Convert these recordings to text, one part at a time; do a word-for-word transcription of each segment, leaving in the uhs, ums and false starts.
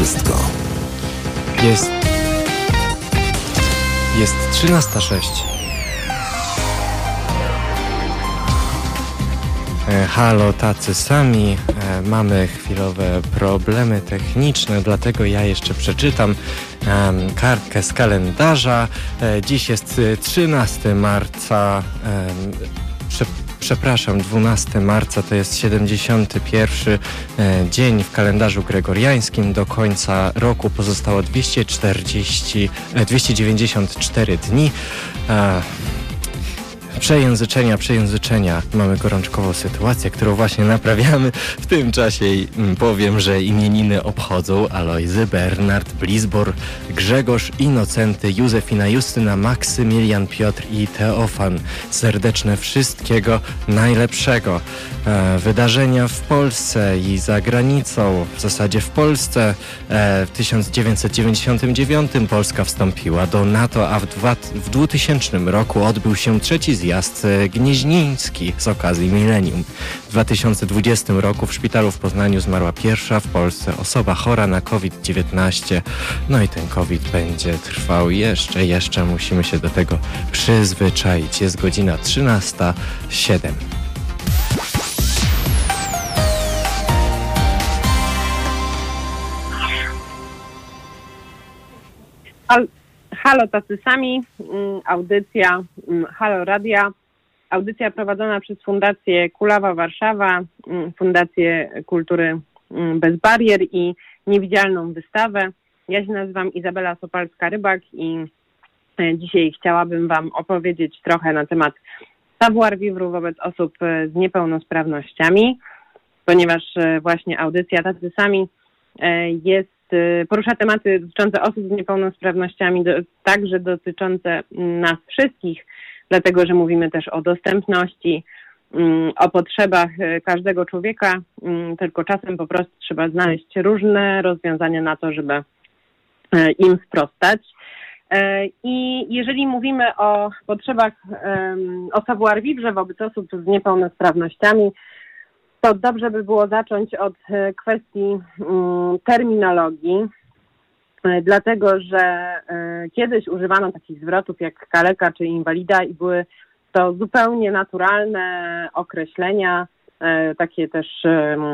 wszystko. Jest... Jest trzynasta sześć. E, halo, tacy sami. E, mamy chwilowe problemy techniczne, dlatego ja jeszcze przeczytam e, kartkę z kalendarza. E, dziś jest trzynastego marca. E, prze, przepraszam, dwunastego marca to jest siedemdziesiąty pierwszy e, dzień w kalendarzu gregoriańskim. Do końca roku pozostało dwieście czterdzieści, e, dwieście dziewięćdziesiąt cztery dni. E, Przejęzyczenia, przejęzyczenia. Mamy gorączkową sytuację, którą właśnie naprawiamy. W tym czasie powiem, że imieniny obchodzą Alojzy, Bernard, Blisbor, Grzegorz, Inocenty, Józefina, Justyna, Maksymilian, Piotr i Teofan. Serdeczne wszystkiego najlepszego. E, wydarzenia w Polsce i za granicą. W zasadzie w Polsce e, w tysiąc dziewięćset dziewięćdziesiątym dziewiątym Polska wstąpiła do NATO, a w, dwa, w dwutysięcznym roku odbył się trzeci zjazd gnieźnieński z okazji milenium. W dwa tysiące dwudziestym roku w szpitalu w Poznaniu zmarła pierwsza w Polsce osoba chora na COVID dziewiętnaście. No i ten COVID będzie trwał jeszcze, jeszcze musimy się do tego przyzwyczaić. Jest godzina trzynasta siedem. Halo, tacy sami, audycja Halo Radia, audycja prowadzona przez Fundację Kulawa Warszawa, Fundację Kultury Bez Barier i Niewidzialną Wystawę. Ja się nazywam Izabela Sopalska-Rybak i dzisiaj chciałabym Wam opowiedzieć trochę na temat savoir-vivre wobec osób z niepełnosprawnościami, ponieważ właśnie audycja Tacy Sami jest porusza tematy dotyczące osób z niepełnosprawnościami, do, także dotyczące nas wszystkich, dlatego że mówimy też o dostępności, um, o potrzebach każdego człowieka, um, tylko czasem po prostu trzeba znaleźć różne rozwiązania na to, żeby um, im sprostać. Um, I jeżeli mówimy o potrzebach, um, o savoir-vivre wobec osób z niepełnosprawnościami, to dobrze by było zacząć od kwestii um, terminologii, dlatego że y, kiedyś używano takich zwrotów jak kaleka czy inwalida i były to zupełnie naturalne określenia, y, takie też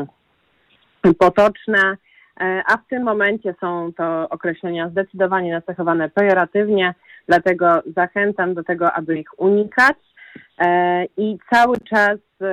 y, potoczne, y, a w tym momencie są to określenia zdecydowanie nacechowane pejoratywnie, dlatego zachęcam do tego, aby ich unikać. I cały czas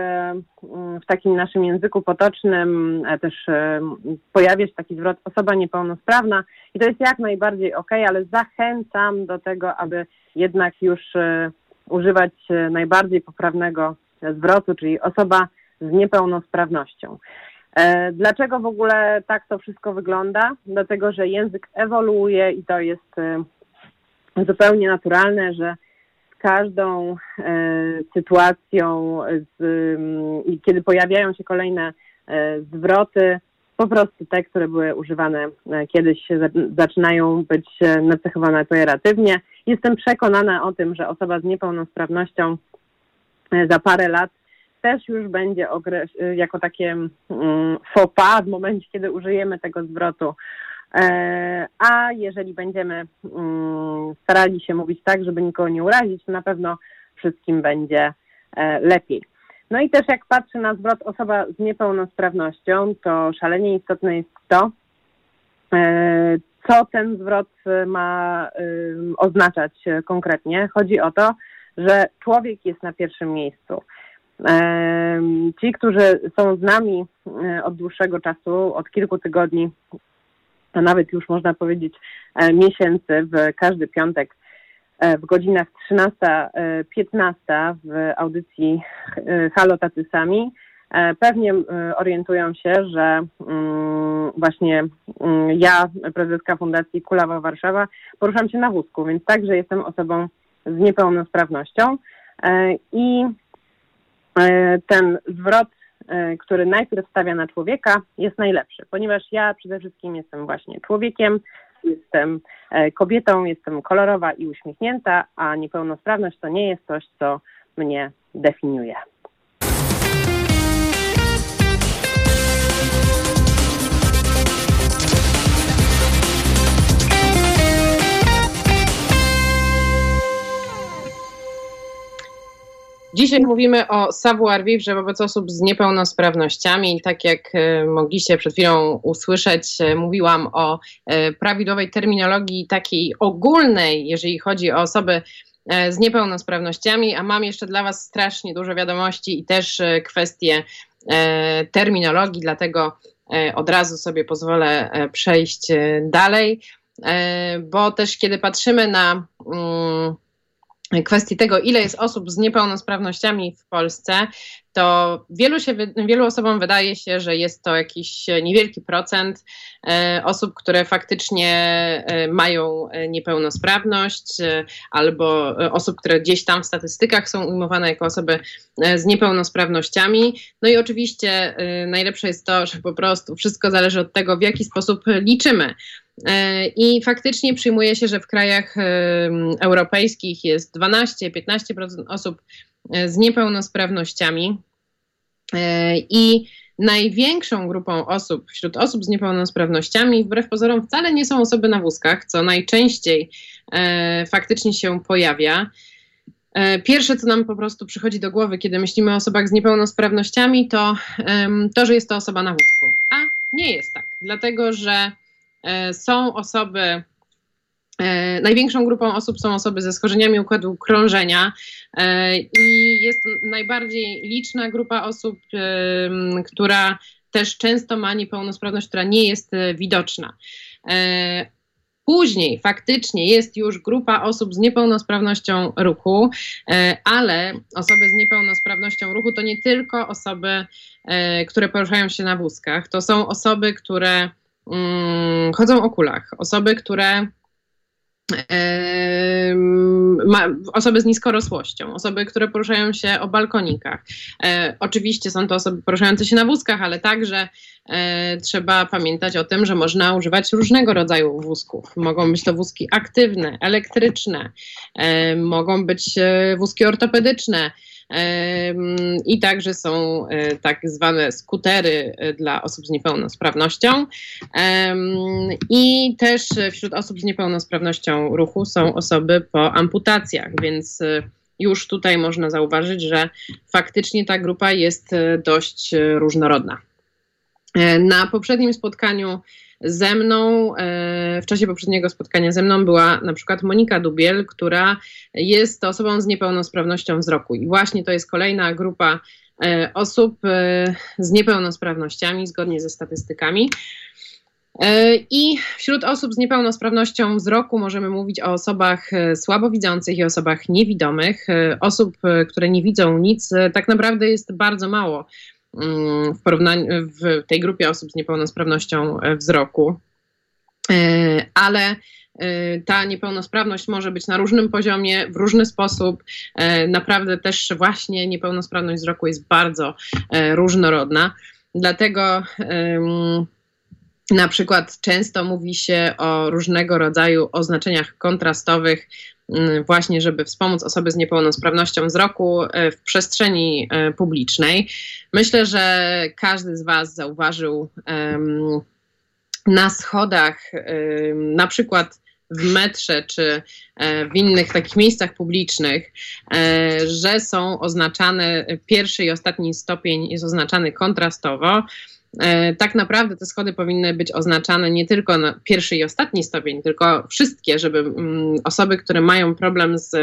w takim naszym języku potocznym też pojawia się taki zwrot osoba niepełnosprawna i to jest jak najbardziej okej, ale zachęcam do tego, aby jednak już używać najbardziej poprawnego zwrotu, czyli osoba z niepełnosprawnością. Dlaczego w ogóle tak to wszystko wygląda? Dlatego, że język ewoluuje i to jest zupełnie naturalne, że każdą e, sytuacją, z, y, kiedy pojawiają się kolejne e, zwroty, po prostu te, które były używane e, kiedyś za, zaczynają być e, nacechowane pejoratywnie. Jestem przekonana o tym, że osoba z niepełnosprawnością e, za parę lat też już będzie okres- e, jako takie mm, faux pas w momencie, kiedy użyjemy tego zwrotu. A jeżeli będziemy starali się mówić tak, żeby nikogo nie urazić, to na pewno wszystkim będzie lepiej. No i też jak patrzę na zwrot osoba z niepełnosprawnością, to szalenie istotne jest to, co ten zwrot ma oznaczać konkretnie. Chodzi o to, że człowiek jest na pierwszym miejscu. Ci, którzy są z nami od dłuższego czasu, od kilku tygodni, a nawet już można powiedzieć miesięcy, w każdy piątek w godzinach trzynasta piętnaście w audycji Halo, Tacy Sami, pewnie orientują się, że właśnie ja, prezeska Fundacji Kulawa Warszawa, poruszam się na wózku, więc także jestem osobą z niepełnosprawnością i ten zwrot, który najpierw stawia na człowieka, jest najlepszy, ponieważ ja przede wszystkim jestem właśnie człowiekiem, jestem kobietą, jestem kolorowa i uśmiechnięta, a niepełnosprawność to nie jest coś, co mnie definiuje. Dzisiaj mówimy o savoir-vivre wobec osób z niepełnosprawnościami. Tak jak mogliście przed chwilą usłyszeć, mówiłam o prawidłowej terminologii takiej ogólnej, jeżeli chodzi o osoby z niepełnosprawnościami, a mam jeszcze dla Was strasznie dużo wiadomości i też kwestie terminologii, dlatego od razu sobie pozwolę przejść dalej, bo też kiedy patrzymy na kwestii tego, ile jest osób z niepełnosprawnościami w Polsce, to wielu, się, wielu osobom wydaje się, że jest to jakiś niewielki procent e, osób, które faktycznie e, mają niepełnosprawność, e, albo osób, które gdzieś tam w statystykach są ujmowane jako osoby e, z niepełnosprawnościami. No i oczywiście e, najlepsze jest to, że po prostu wszystko zależy od tego, w jaki sposób liczymy. I faktycznie przyjmuje się, że w krajach europejskich jest dwanaście do piętnastu procent osób z niepełnosprawnościami i największą grupą osób wśród osób z niepełnosprawnościami wbrew pozorom wcale nie są osoby na wózkach, co najczęściej faktycznie się pojawia. Pierwsze, co nam po prostu przychodzi do głowy, kiedy myślimy o osobach z niepełnosprawnościami, to to, że jest to osoba na wózku. A nie jest tak, dlatego że są osoby, największą grupą osób są osoby ze schorzeniami układu krążenia i jest najbardziej liczna grupa osób, która też często ma niepełnosprawność, która nie jest widoczna. Później faktycznie jest już grupa osób z niepełnosprawnością ruchu, ale osoby z niepełnosprawnością ruchu to nie tylko osoby, które poruszają się na wózkach, to są osoby, które chodzą o kulach, osoby, które e, ma, osoby z niskorosłością, osoby, które poruszają się o balkonikach. E, oczywiście są to osoby poruszające się na wózkach, ale także e, trzeba pamiętać o tym, że można używać różnego rodzaju wózków. Mogą być to wózki aktywne, elektryczne, e, mogą być e, wózki ortopedyczne, i także są tak zwane skutery dla osób z niepełnosprawnością i też wśród osób z niepełnosprawnością ruchu są osoby po amputacjach, więc już tutaj można zauważyć, że faktycznie ta grupa jest dość różnorodna. Na poprzednim spotkaniu ze mną, w czasie poprzedniego spotkania ze mną była na przykład Monika Dubiel, która jest osobą z niepełnosprawnością wzroku i właśnie to jest kolejna grupa osób z niepełnosprawnościami zgodnie ze statystykami. I wśród osób z niepełnosprawnością wzroku możemy mówić o osobach słabowidzących i osobach niewidomych. Osób, które nie widzą nic, tak naprawdę jest bardzo mało w porównaniu w tej grupie osób z niepełnosprawnością wzroku, ale ta niepełnosprawność może być na różnym poziomie, w różny sposób. Naprawdę też właśnie niepełnosprawność wzroku jest bardzo różnorodna. Dlatego na przykład często mówi się o różnego rodzaju oznaczeniach kontrastowych, właśnie żeby wspomóc osoby z niepełnosprawnością wzroku w przestrzeni publicznej. Myślę, że każdy z Was zauważył um, na schodach, um, na przykład w metrze czy w innych takich miejscach publicznych, że są oznaczane, pierwszy i ostatni stopień jest oznaczany kontrastowo. Tak naprawdę te schody powinny być oznaczane nie tylko na pierwszy i ostatni stopień, tylko wszystkie, żeby um, osoby, które mają problem z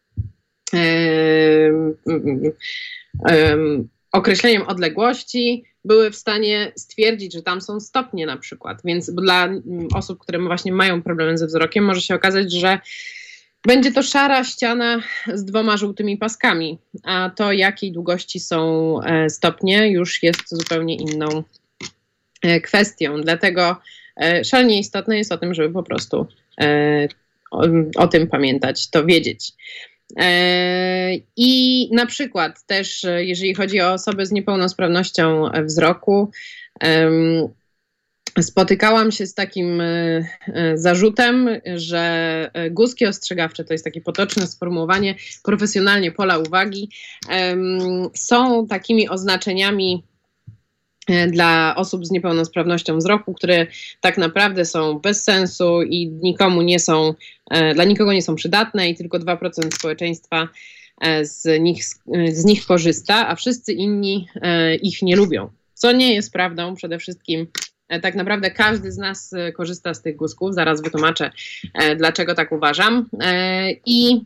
um, um, określeniem odległości, były w stanie stwierdzić, że tam są stopnie na przykład. Więc dla osób, które właśnie mają problem ze wzrokiem, może się okazać, że będzie to szara ściana z dwoma żółtymi paskami, a to jakiej długości są stopnie już jest zupełnie inną kwestią. Dlatego szalenie istotne jest o tym, żeby po prostu o, o tym pamiętać, to wiedzieć. I na przykład też, jeżeli chodzi o osoby z niepełnosprawnością wzroku, spotykałam się z takim zarzutem, że guzki ostrzegawcze, to jest takie potoczne sformułowanie, profesjonalnie pola uwagi, są takimi oznaczeniami dla osób z niepełnosprawnością wzroku, które tak naprawdę są bez sensu i nikomu nie są, dla nikogo nie są przydatne i tylko dwa procent społeczeństwa z nich, z nich korzysta, a wszyscy inni ich nie lubią. Co nie jest prawdą. Przede wszystkim tak naprawdę każdy z nas korzysta z tych guzków. Zaraz wytłumaczę, dlaczego tak uważam. I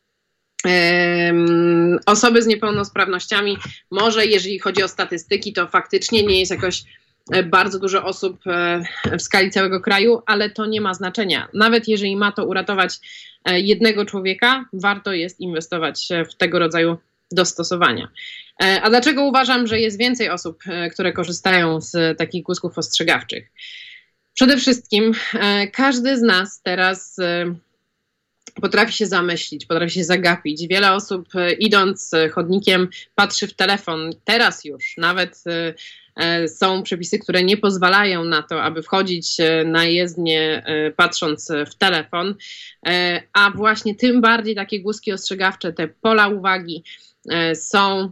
osoby z niepełnosprawnościami, może jeżeli chodzi o statystyki, to faktycznie nie jest jakoś bardzo dużo osób w skali całego kraju, ale to nie ma znaczenia. Nawet jeżeli ma to uratować jednego człowieka, warto jest inwestować w tego rodzaju dostosowania. A dlaczego uważam, że jest więcej osób, które korzystają z takich guzków ostrzegawczych? Przede wszystkim każdy z nas teraz potrafi się zamyślić, potrafi się zagapić. Wiele osób idąc chodnikiem patrzy w telefon. Teraz już nawet są przepisy, które nie pozwalają na to, aby wchodzić na jezdnię patrząc w telefon, a właśnie tym bardziej takie guzki ostrzegawcze, te pola uwagi są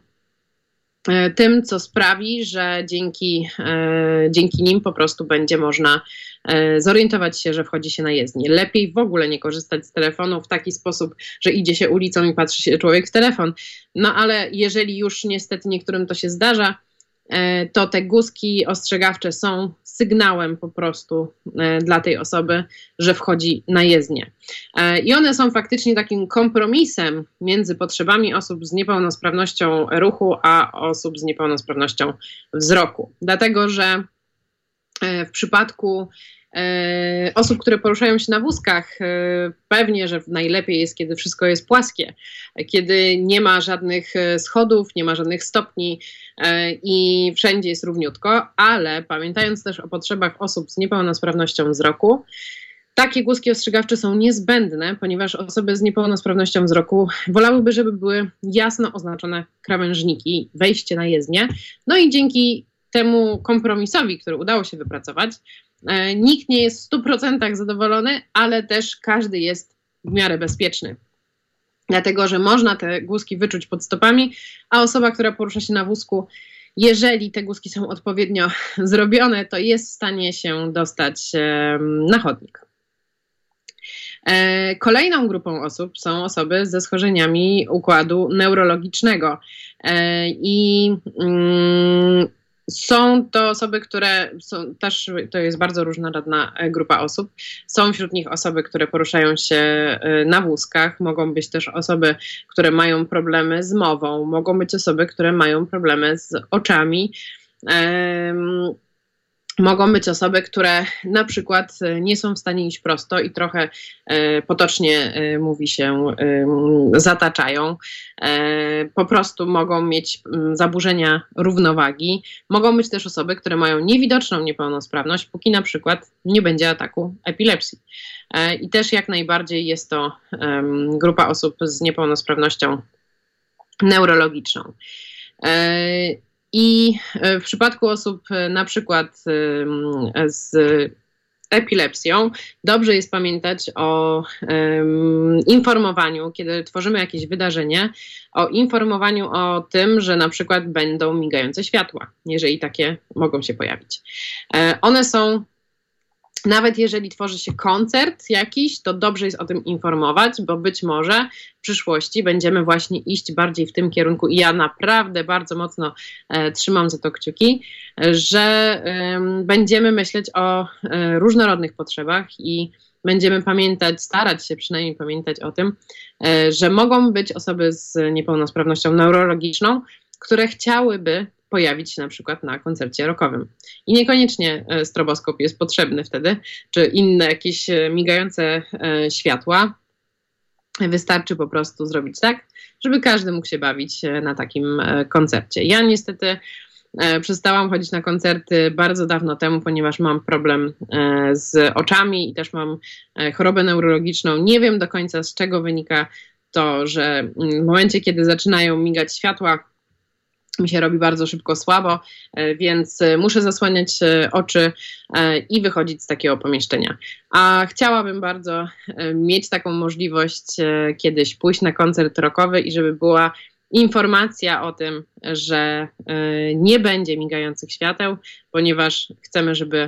tym, co sprawi, że dzięki, dzięki nim po prostu będzie można zorientować się, że wchodzi się na jezdnię. Lepiej w ogóle nie korzystać z telefonu w taki sposób, że idzie się ulicą i patrzy się człowiek w telefon. No ale jeżeli już niestety niektórym to się zdarza, to te guzki ostrzegawcze są sygnałem po prostu dla tej osoby, że wchodzi na jezdnię. I one są faktycznie takim kompromisem między potrzebami osób z niepełnosprawnością ruchu, a osób z niepełnosprawnością wzroku. Dlatego, że w przypadku osób, które poruszają się na wózkach, pewnie, że najlepiej jest, kiedy wszystko jest płaskie, kiedy nie ma żadnych schodów, nie ma żadnych stopni i wszędzie jest równiutko, ale pamiętając też o potrzebach osób z niepełnosprawnością wzroku, takie guzki ostrzegawcze są niezbędne, ponieważ osoby z niepełnosprawnością wzroku wolałyby, żeby były jasno oznaczone krawężniki, wejście na jezdnię. No i dzięki temu kompromisowi, który udało się wypracować, nikt nie jest w stu procentach zadowolony, ale też każdy jest w miarę bezpieczny. Dlatego, że można te guzki wyczuć pod stopami, a osoba, która porusza się na wózku, jeżeli te guzki są odpowiednio zrobione, to jest w stanie się dostać na chodnik. Kolejną grupą osób są osoby ze schorzeniami układu neurologicznego. I są to osoby, które są też, to jest bardzo różnorodna grupa osób. Są wśród nich osoby, które poruszają się na wózkach, mogą być też osoby, które mają problemy z mową, mogą być osoby, które mają problemy z oczami. Um, Mogą być osoby, które na przykład nie są w stanie iść prosto i trochę e, potocznie e, mówi się e, zataczają. E, po prostu mogą mieć m, zaburzenia równowagi. Mogą być też osoby, które mają niewidoczną niepełnosprawność, póki na przykład nie będzie ataku epilepsji. E, I też jak najbardziej jest to e, grupa osób z niepełnosprawnością neurologiczną. E, I w przypadku osób na przykład z epilepsją dobrze jest pamiętać o um, informowaniu, kiedy tworzymy jakieś wydarzenie, o informowaniu o tym, że na przykład będą migające światła, jeżeli takie mogą się pojawić. E, one są, nawet jeżeli tworzy się koncert jakiś, to dobrze jest o tym informować, bo być może w przyszłości będziemy właśnie iść bardziej w tym kierunku i ja naprawdę bardzo mocno e, trzymam za to kciuki, że e, będziemy myśleć o e, różnorodnych potrzebach i będziemy pamiętać, starać się przynajmniej pamiętać o tym, e, że mogą być osoby z niepełnosprawnością neurologiczną, które chciałyby pojawić się na przykład na koncercie rockowym. I niekoniecznie stroboskop jest potrzebny wtedy, czy inne jakieś migające światła. Wystarczy po prostu zrobić tak, żeby każdy mógł się bawić na takim koncercie. Ja niestety przestałam chodzić na koncerty bardzo dawno temu, ponieważ mam problem z oczami i też mam chorobę neurologiczną. Nie wiem do końca, z czego wynika to, że w momencie, kiedy zaczynają migać światła, mi się robi bardzo szybko słabo, więc muszę zasłaniać oczy i wychodzić z takiego pomieszczenia. A chciałabym bardzo mieć taką możliwość kiedyś pójść na koncert rockowy i żeby była informacja o tym, że nie będzie migających świateł, ponieważ chcemy, żeby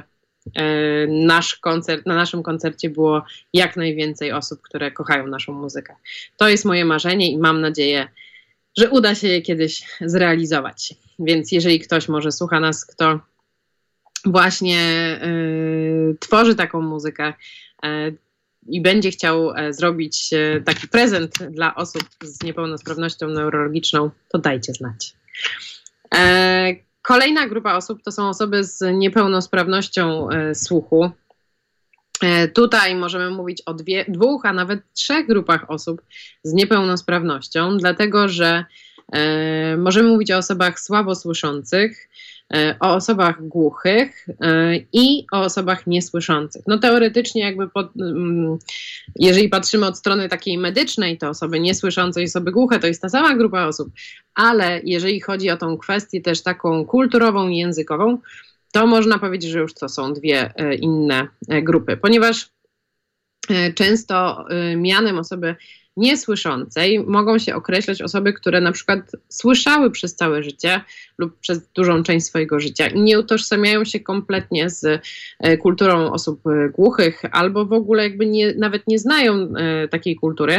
nasz koncert, na naszym koncercie było jak najwięcej osób, które kochają naszą muzykę. To jest moje marzenie i mam nadzieję, że uda się je kiedyś zrealizować. Więc jeżeli ktoś może słucha nas, kto właśnie y, tworzy taką muzykę y, i będzie chciał y, zrobić y, taki prezent dla osób z niepełnosprawnością neurologiczną, to dajcie znać. Y, kolejna grupa osób to są osoby z niepełnosprawnością y, słuchu. Y, tutaj możemy mówić o dwie, dwóch, a nawet trzech grupach osób z niepełnosprawnością, dlatego że y, możemy mówić o osobach słabosłyszących, o osobach głuchych i o osobach niesłyszących. No teoretycznie jakby pod, jeżeli patrzymy od strony takiej medycznej, to osoby niesłyszące i osoby głuche to jest ta sama grupa osób, ale jeżeli chodzi o tą kwestię też taką kulturową i językową, to można powiedzieć, że już to są dwie inne grupy, ponieważ często mianem osoby niesłyszącej mogą się określać osoby, które na przykład słyszały przez całe życie lub przez dużą część swojego życia i nie utożsamiają się kompletnie z kulturą osób głuchych albo w ogóle jakby nie, nawet nie znają takiej kultury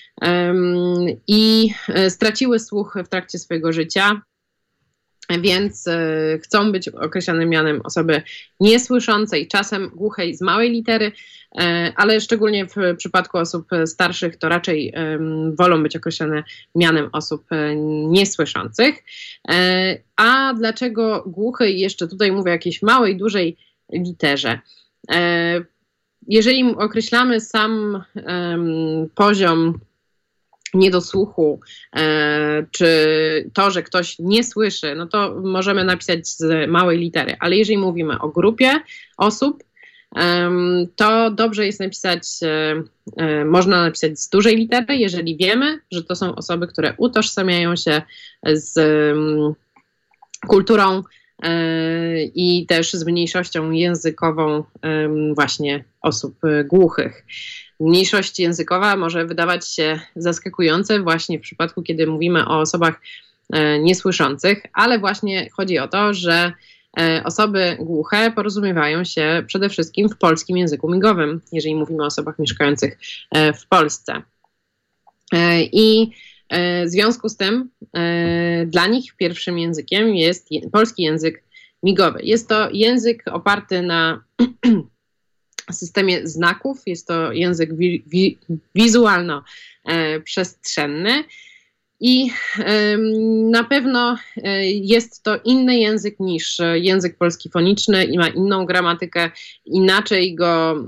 i straciły słuch w trakcie swojego życia. Więc y, chcą być określane mianem osoby niesłyszącej, czasem głuchej z małej litery, y, ale szczególnie w przypadku osób starszych to raczej y, wolą być określane mianem osób y, niesłyszących. Y, a dlaczego głuchy? Jeszcze tutaj mówię o jakiejś małej, dużej literze. Y, jeżeli określamy sam y, poziom niedosłuchu, e, czy to, że ktoś nie słyszy, no to możemy napisać z małej litery. Ale jeżeli mówimy o grupie osób, e, to dobrze jest napisać, e, e, można napisać z dużej litery, jeżeli wiemy, że to są osoby, które utożsamiają się z um, kulturą e, i też z mniejszością językową e, właśnie osób głuchych. Mniejszość językowa może wydawać się zaskakujące właśnie w przypadku, kiedy mówimy o osobach e, niesłyszących, ale właśnie chodzi o to, że e, osoby głuche porozumiewają się przede wszystkim w polskim języku migowym, jeżeli mówimy o osobach mieszkających e, w Polsce. E, I e, w związku z tym e, dla nich pierwszym językiem jest je, polski język migowy. Jest to język oparty na systemie znaków, jest to język wi- wi- wizualno-przestrzenny i y, na pewno y, jest to inny język niż język polski foniczny i ma inną gramatykę, inaczej go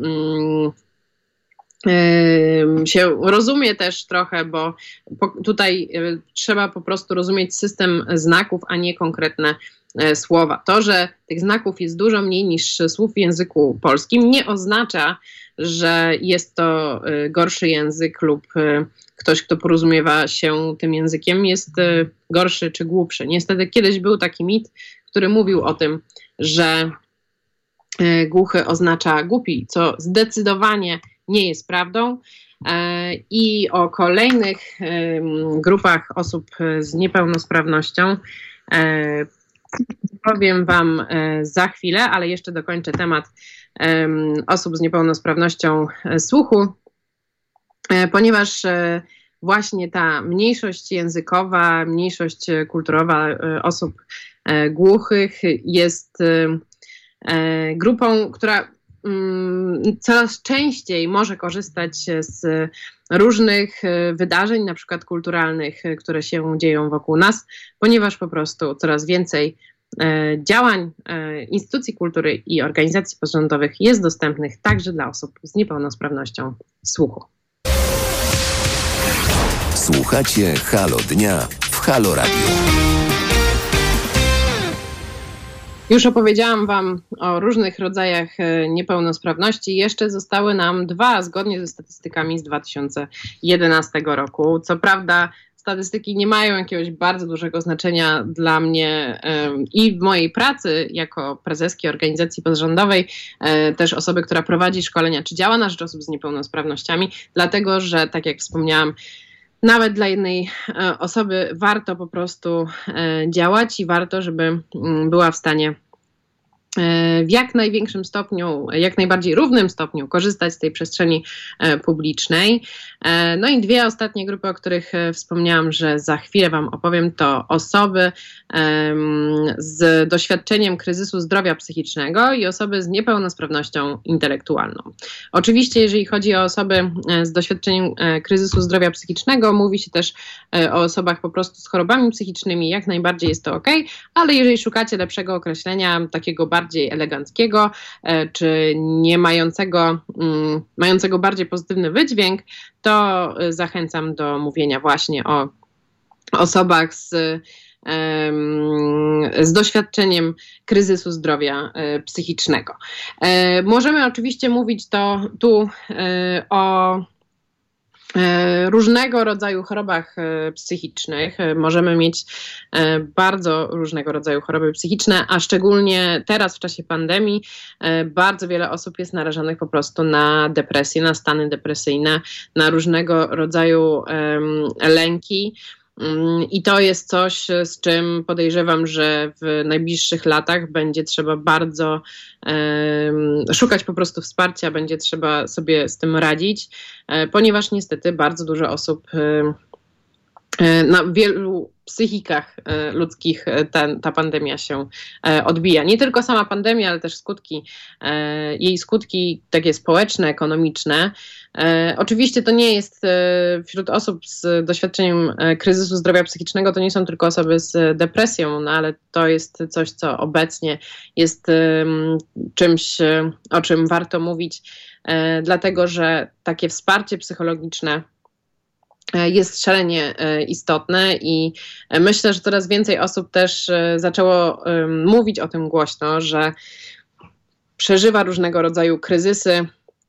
y, y, się rozumie też trochę, bo po, tutaj y, trzeba po prostu rozumieć system znaków, a nie konkretne słowa. To, że tych znaków jest dużo mniej niż słów w języku polskim, nie oznacza, że jest to gorszy język lub ktoś, kto porozumiewa się tym językiem, jest gorszy czy głupszy. Niestety kiedyś był taki mit, który mówił o tym, że głuchy oznacza głupi, co zdecydowanie nie jest prawdą. I o kolejnych grupach osób z niepełnosprawnością powiem Wam za chwilę, ale jeszcze dokończę temat osób z niepełnosprawnością słuchu, ponieważ właśnie ta mniejszość językowa, mniejszość kulturowa osób głuchych jest grupą, która coraz częściej może korzystać z różnych wydarzeń, na przykład kulturalnych, które się dzieją wokół nas, ponieważ po prostu coraz więcej działań instytucji kultury i organizacji pozarządowych jest dostępnych także dla osób z niepełnosprawnością słuchu. Słuchacie Halo Dnia w Halo Radio. Już opowiedziałam Wam o różnych rodzajach niepełnosprawności. Jeszcze zostały nam dwa, zgodnie ze statystykami z dwa tysiące jedenastego roku. Co prawda statystyki nie mają jakiegoś bardzo dużego znaczenia dla mnie um, i w mojej pracy jako prezeski organizacji pozarządowej, um, też osoby, która prowadzi szkolenia, czy działa na rzecz osób z niepełnosprawnościami, dlatego że, tak jak wspomniałam, nawet dla jednej e, osoby warto po prostu e, działać i warto, żeby m, była w stanie w jak największym stopniu, jak najbardziej równym stopniu korzystać z tej przestrzeni publicznej. No i dwie ostatnie grupy, o których wspomniałam, że za chwilę Wam opowiem, to osoby z doświadczeniem kryzysu zdrowia psychicznego i osoby z niepełnosprawnością intelektualną. Oczywiście, jeżeli chodzi o osoby z doświadczeniem kryzysu zdrowia psychicznego, mówi się też o osobach po prostu z chorobami psychicznymi, jak najbardziej jest to ok, ale jeżeli szukacie lepszego określenia, takiego bardziej eleganckiego, czy nie mającego, mającego bardziej pozytywny wydźwięk, to zachęcam do mówienia właśnie o osobach z, z doświadczeniem kryzysu zdrowia psychicznego. Możemy oczywiście mówić to tu o różnego rodzaju chorobach psychicznych. Możemy mieć bardzo różnego rodzaju choroby psychiczne, a szczególnie teraz w czasie pandemii bardzo wiele osób jest narażonych po prostu na depresję, na stany depresyjne, na różnego rodzaju lęki. I to jest coś, z czym podejrzewam, że w najbliższych latach będzie trzeba bardzo um, szukać po prostu wsparcia, będzie trzeba sobie z tym radzić, ponieważ niestety bardzo dużo osób um, na wielu psychikach ludzkich ta, ta pandemia się odbija. Nie tylko sama pandemia, ale też skutki, jej skutki takie społeczne, ekonomiczne. Oczywiście to nie jest wśród osób z doświadczeniem kryzysu zdrowia psychicznego, to nie są tylko osoby z depresją, no ale to jest coś, co obecnie jest czymś, o czym warto mówić, dlatego że takie wsparcie psychologiczne jest szalenie istotne i myślę, że coraz więcej osób też zaczęło mówić o tym głośno, że przeżywa różnego rodzaju kryzysy,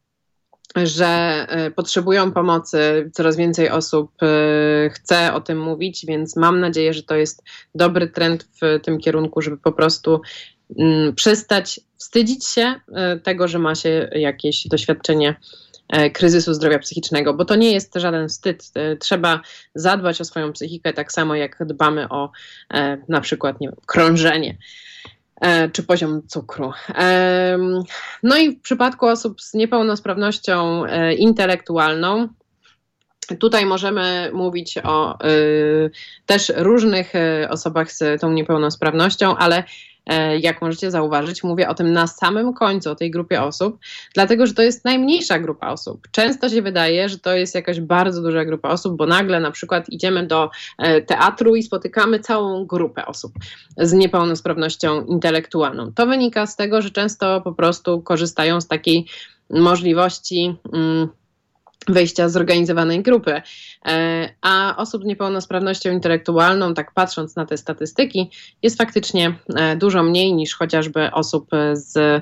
że potrzebują pomocy. Coraz więcej osób chce o tym mówić, więc mam nadzieję, że to jest dobry trend w tym kierunku, żeby po prostu przestać wstydzić się tego, że ma się jakieś doświadczenie kryzysu zdrowia psychicznego, bo to nie jest żaden wstyd. Trzeba zadbać o swoją psychikę tak samo jak dbamy o e, na przykład nie wiem, krążenie e, czy poziom cukru. E, no i w przypadku osób z niepełnosprawnością e, intelektualną tutaj możemy mówić o y, też różnych y, osobach z tą niepełnosprawnością, ale y, jak możecie zauważyć, mówię o tym na samym końcu, o tej grupie osób, dlatego że to jest najmniejsza grupa osób. Często się wydaje, że to jest jakaś bardzo duża grupa osób, bo nagle na przykład idziemy do y, teatru i spotykamy całą grupę osób z niepełnosprawnością intelektualną. To wynika z tego, że często po prostu korzystają z takiej możliwości y, wejścia zorganizowanej grupy, a osób z niepełnosprawnością intelektualną, tak patrząc na te statystyki, jest faktycznie dużo mniej niż chociażby osób z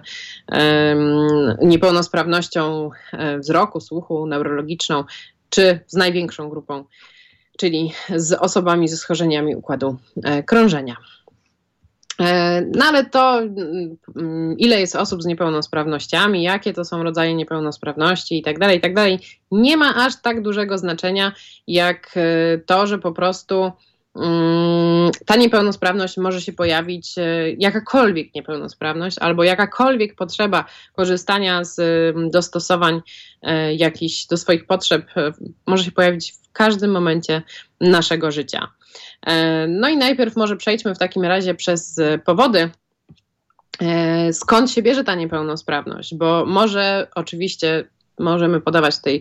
niepełnosprawnością wzroku, słuchu, neurologiczną, czy z największą grupą, czyli z osobami ze schorzeniami układu krążenia. No ale to, ile jest osób z niepełnosprawnościami, jakie to są rodzaje niepełnosprawności i tak dalej, i tak dalej, nie ma aż tak dużego znaczenia, jak to, że po prostu um, ta niepełnosprawność może się pojawić, jakakolwiek niepełnosprawność albo jakakolwiek potrzeba korzystania z dostosowań jakichś do swoich potrzeb może się pojawić w każdym momencie naszego życia. No i najpierw może przejdźmy w takim razie przez powody, skąd się bierze ta niepełnosprawność, bo może oczywiście możemy podawać tej,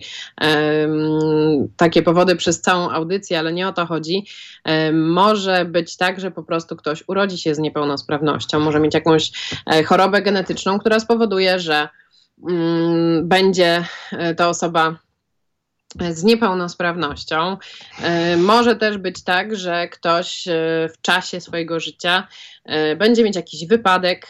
um, takie powody przez całą audycję, ale nie o to chodzi. Um, może być tak, że po prostu ktoś urodzi się z niepełnosprawnością, może mieć jakąś chorobę genetyczną, która spowoduje, że um, będzie ta osoba z niepełnosprawnością. Może też być tak, że ktoś w czasie swojego życia będzie mieć jakiś wypadek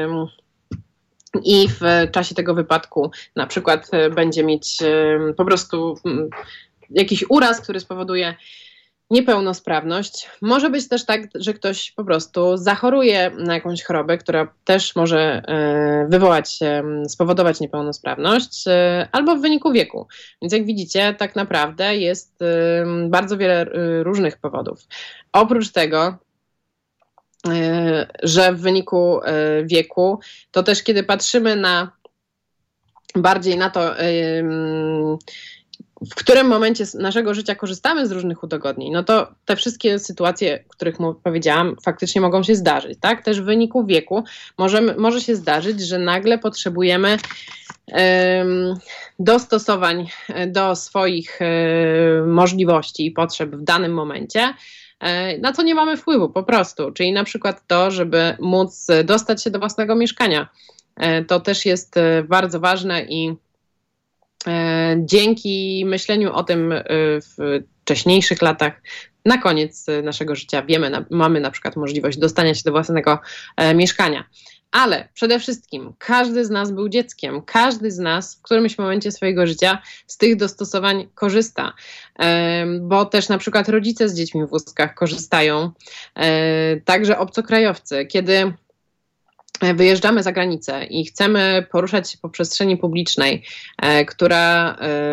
i w czasie tego wypadku na przykład będzie mieć po prostu jakiś uraz, który spowoduje niepełnosprawność. Może być też tak, że ktoś po prostu zachoruje na jakąś chorobę, która też może wywołać, spowodować niepełnosprawność, albo w wyniku wieku. Więc jak widzicie, tak naprawdę jest bardzo wiele różnych powodów. Oprócz tego że w wyniku wieku, to też kiedy patrzymy na bardziej na to, w którym momencie naszego życia korzystamy z różnych udogodnień, no to te wszystkie sytuacje, o których mu powiedziałam, faktycznie mogą się zdarzyć, tak? Też w wyniku wieku możemy, może się zdarzyć, że nagle potrzebujemy um, dostosowań do swoich um, możliwości i potrzeb w danym momencie, na co nie mamy wpływu po prostu, czyli na przykład to, żeby móc dostać się do własnego mieszkania. To też jest bardzo ważne i dzięki myśleniu o tym w wcześniejszych latach, na koniec naszego życia wiemy, mamy na przykład możliwość dostania się do własnego mieszkania. Ale przede wszystkim każdy z nas był dzieckiem, każdy z nas w którymś momencie swojego życia z tych dostosowań korzysta, bo też na przykład rodzice z dziećmi w wózkach korzystają, także obcokrajowcy. Kiedy wyjeżdżamy za granicę i chcemy poruszać się po przestrzeni publicznej, która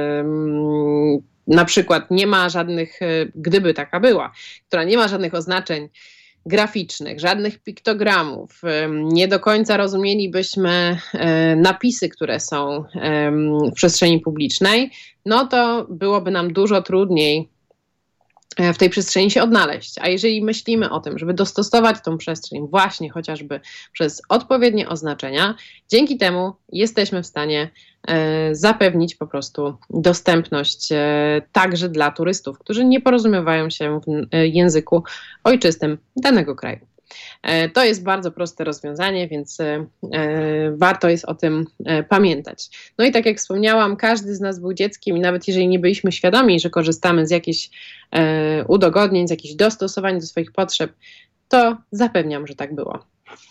na przykład nie ma żadnych, gdyby taka była, która nie ma żadnych oznaczeń graficznych, żadnych piktogramów, nie do końca rozumielibyśmy napisy, które są w przestrzeni publicznej, no to byłoby nam dużo trudniej w tej przestrzeni się odnaleźć. A jeżeli myślimy o tym, żeby dostosować tą przestrzeń właśnie chociażby przez odpowiednie oznaczenia, dzięki temu jesteśmy w stanie e, zapewnić po prostu dostępność e, także dla turystów, którzy nie porozumiewają się w e, języku ojczystym danego kraju. To jest bardzo proste rozwiązanie, więc warto jest o tym pamiętać. No i tak jak wspomniałam, każdy z nas był dzieckiem i nawet jeżeli nie byliśmy świadomi, że korzystamy z jakichś udogodnień, z jakichś dostosowań do swoich potrzeb, to zapewniam, że tak było.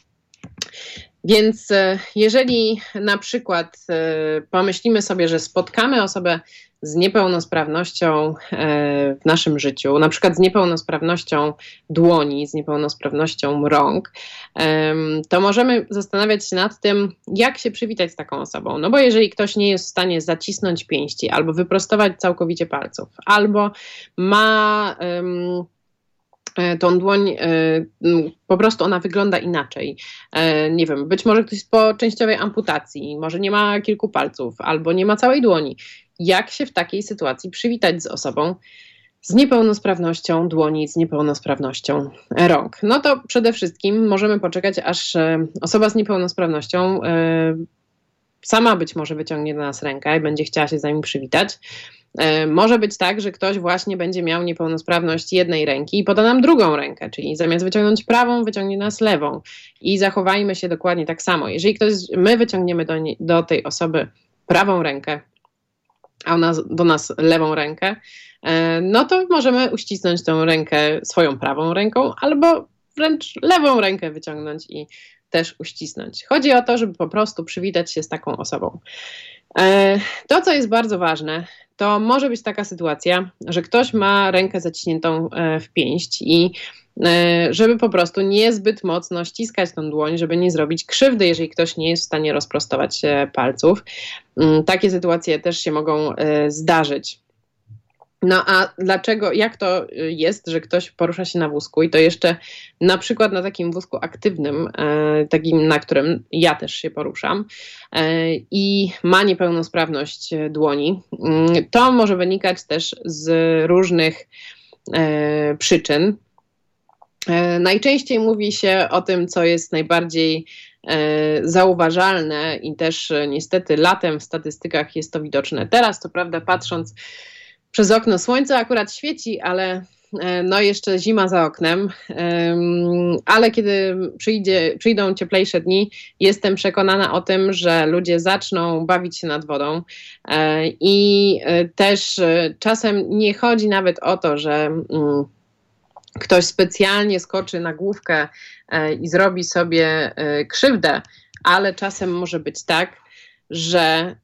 Więc jeżeli na przykład pomyślimy sobie, że spotkamy osobę z niepełnosprawnością w naszym życiu, na przykład z niepełnosprawnością dłoni, z niepełnosprawnością rąk, to możemy zastanawiać się nad tym, jak się przywitać z taką osobą. No bo jeżeli ktoś nie jest w stanie zacisnąć pięści, albo wyprostować całkowicie palców, albo ma um, tą dłoń, po prostu ona wygląda inaczej. Nie wiem, być może ktoś jest po częściowej amputacji, może nie ma kilku palców, albo nie ma całej dłoni. Jak się w takiej sytuacji przywitać z osobą z niepełnosprawnością dłoni, z niepełnosprawnością rąk? No to przede wszystkim możemy poczekać, aż osoba z niepełnosprawnością sama być może wyciągnie do nas rękę i będzie chciała się z nami przywitać. Może być tak, że ktoś właśnie będzie miał niepełnosprawność jednej ręki i poda nam drugą rękę, czyli zamiast wyciągnąć prawą, wyciągnie nas lewą i zachowajmy się dokładnie tak samo. Jeżeli ktoś, my wyciągniemy do, nie, do tej osoby prawą rękę, a ona do nas lewą rękę, no to możemy uścisnąć tę rękę swoją prawą ręką albo wręcz lewą rękę wyciągnąć i też uścisnąć. Chodzi o to, żeby po prostu przywitać się z taką osobą. To, co jest bardzo ważne, to może być taka sytuacja, że ktoś ma rękę zaciśniętą w pięść i żeby po prostu niezbyt mocno ściskać tą dłoń, żeby nie zrobić krzywdy, jeżeli ktoś nie jest w stanie rozprostować palców. Takie sytuacje też się mogą zdarzyć. No a dlaczego, jak to jest, że ktoś porusza się na wózku i to jeszcze na przykład na takim wózku aktywnym, e, takim, na którym ja też się poruszam e, i ma niepełnosprawność dłoni, e, to może wynikać też z różnych e, przyczyn. E, najczęściej mówi się o tym, co jest najbardziej e, zauważalne i też e, niestety latem w statystykach jest to widoczne. Teraz to prawda, patrząc przez okno słońce akurat świeci, ale no jeszcze zima za oknem, ale kiedy przyjdzie, przyjdą cieplejsze dni, jestem przekonana o tym, że ludzie zaczną bawić się nad wodą i też czasem nie chodzi nawet o to, że ktoś specjalnie skoczy na główkę i zrobi sobie krzywdę, ale czasem może być tak, że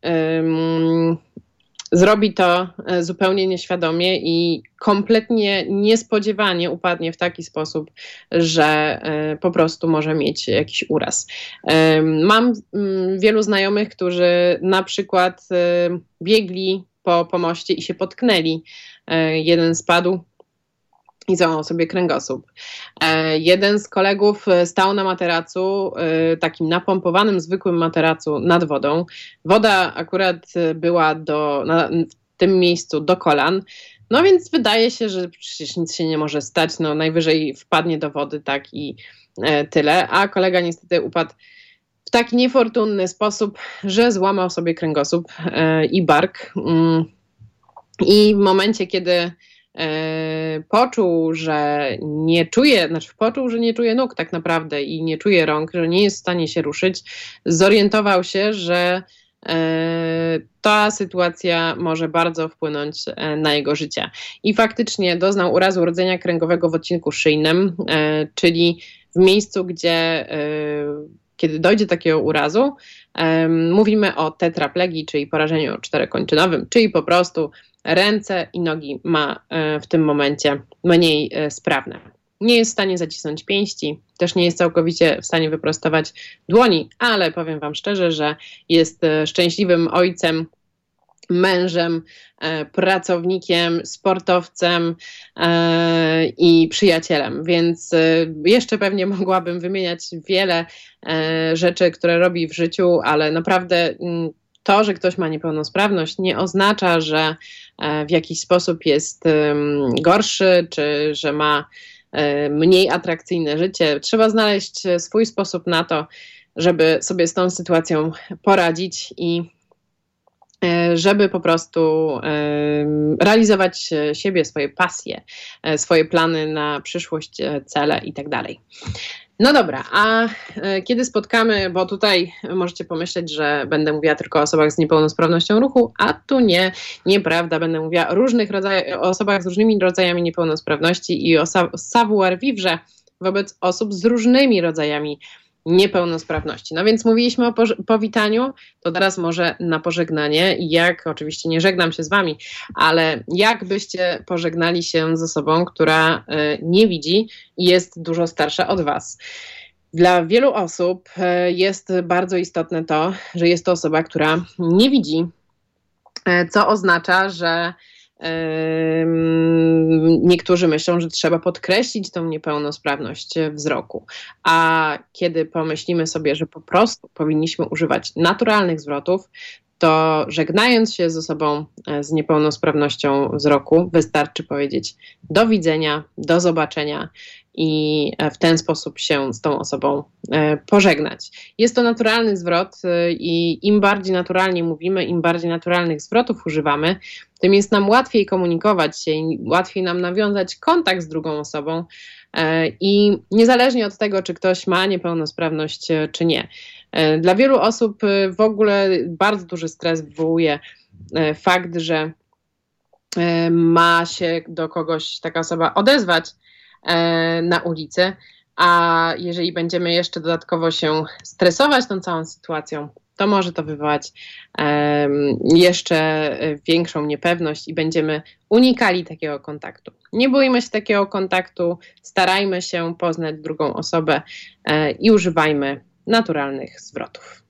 zrobi to zupełnie nieświadomie i kompletnie niespodziewanie upadnie w taki sposób, że po prostu może mieć jakiś uraz. Mam wielu znajomych, którzy na przykład biegli po pomoście i się potknęli. Jeden spadł i złamał sobie kręgosłup. E, jeden z kolegów stał na materacu, e, takim napompowanym, zwykłym materacu nad wodą. Woda akurat była do, na, w tym miejscu do kolan, no więc wydaje się, że przecież nic się nie może stać, no najwyżej wpadnie do wody, tak i e, tyle, a kolega niestety upadł w taki niefortunny sposób, że złamał sobie kręgosłup e, i bark. Mm. I w momencie, kiedy E, poczuł, że nie czuje, znaczy poczuł, że nie czuje nóg tak naprawdę i nie czuje rąk, że nie jest w stanie się ruszyć, zorientował się, że e, ta sytuacja może bardzo wpłynąć e, na jego życie. I faktycznie doznał urazu rdzenia kręgowego w odcinku szyjnym, e, czyli w miejscu, gdzie e, kiedy dojdzie do takiego urazu, e, mówimy o tetraplegii, czyli porażeniu czterokończynowym, czyli po prostu ręce i nogi ma w tym momencie mniej sprawne. Nie jest w stanie zacisnąć pięści, też nie jest całkowicie w stanie wyprostować dłoni, ale powiem wam szczerze, że jest szczęśliwym ojcem, mężem, pracownikiem, sportowcem i przyjacielem, więc jeszcze pewnie mogłabym wymieniać wiele rzeczy, które robi w życiu, ale naprawdę to, że ktoś ma niepełnosprawność, nie oznacza, że w jakiś sposób jest gorszy, czy że ma mniej atrakcyjne życie. Trzeba znaleźć swój sposób na to, żeby sobie z tą sytuacją poradzić i żeby po prostu realizować siebie, swoje pasje, swoje plany na przyszłość, cele i tak dalej. No dobra, a kiedy spotkamy, bo tutaj możecie pomyśleć, że będę mówiła tylko o osobach z niepełnosprawnością ruchu, a tu nie, nieprawda, będę mówiła o różnych rodzajach, o osobach z różnymi rodzajami niepełnosprawności i o savoir-vivre wobec osób z różnymi rodzajami niepełnosprawności. No więc mówiliśmy o powitaniu, to teraz może na pożegnanie. Jak, oczywiście nie żegnam się z wami, ale jak byście pożegnali się z osobą, która nie widzi i jest dużo starsza od was? Dla wielu osób jest bardzo istotne to, że jest to osoba, która nie widzi, co oznacza, że niektórzy myślą, że trzeba podkreślić tą niepełnosprawność wzroku, a kiedy pomyślimy sobie, że po prostu powinniśmy używać naturalnych zwrotów, to żegnając się z osobą z niepełnosprawnością wzroku, wystarczy powiedzieć do widzenia, do zobaczenia i w ten sposób się z tą osobą pożegnać. Jest to naturalny zwrot i im bardziej naturalnie mówimy, im bardziej naturalnych zwrotów używamy, tym jest nam łatwiej komunikować się i łatwiej nam nawiązać kontakt z drugą osobą i niezależnie od tego, czy ktoś ma niepełnosprawność, czy nie. Dla wielu osób w ogóle bardzo duży stres wywołuje fakt, że ma się do kogoś taka osoba odezwać na ulicy, a jeżeli będziemy jeszcze dodatkowo się stresować tą całą sytuacją, to może to wywołać um, jeszcze większą niepewność i będziemy unikali takiego kontaktu. Nie bójmy się takiego kontaktu, starajmy się poznać drugą osobę e, i używajmy naturalnych zwrotów.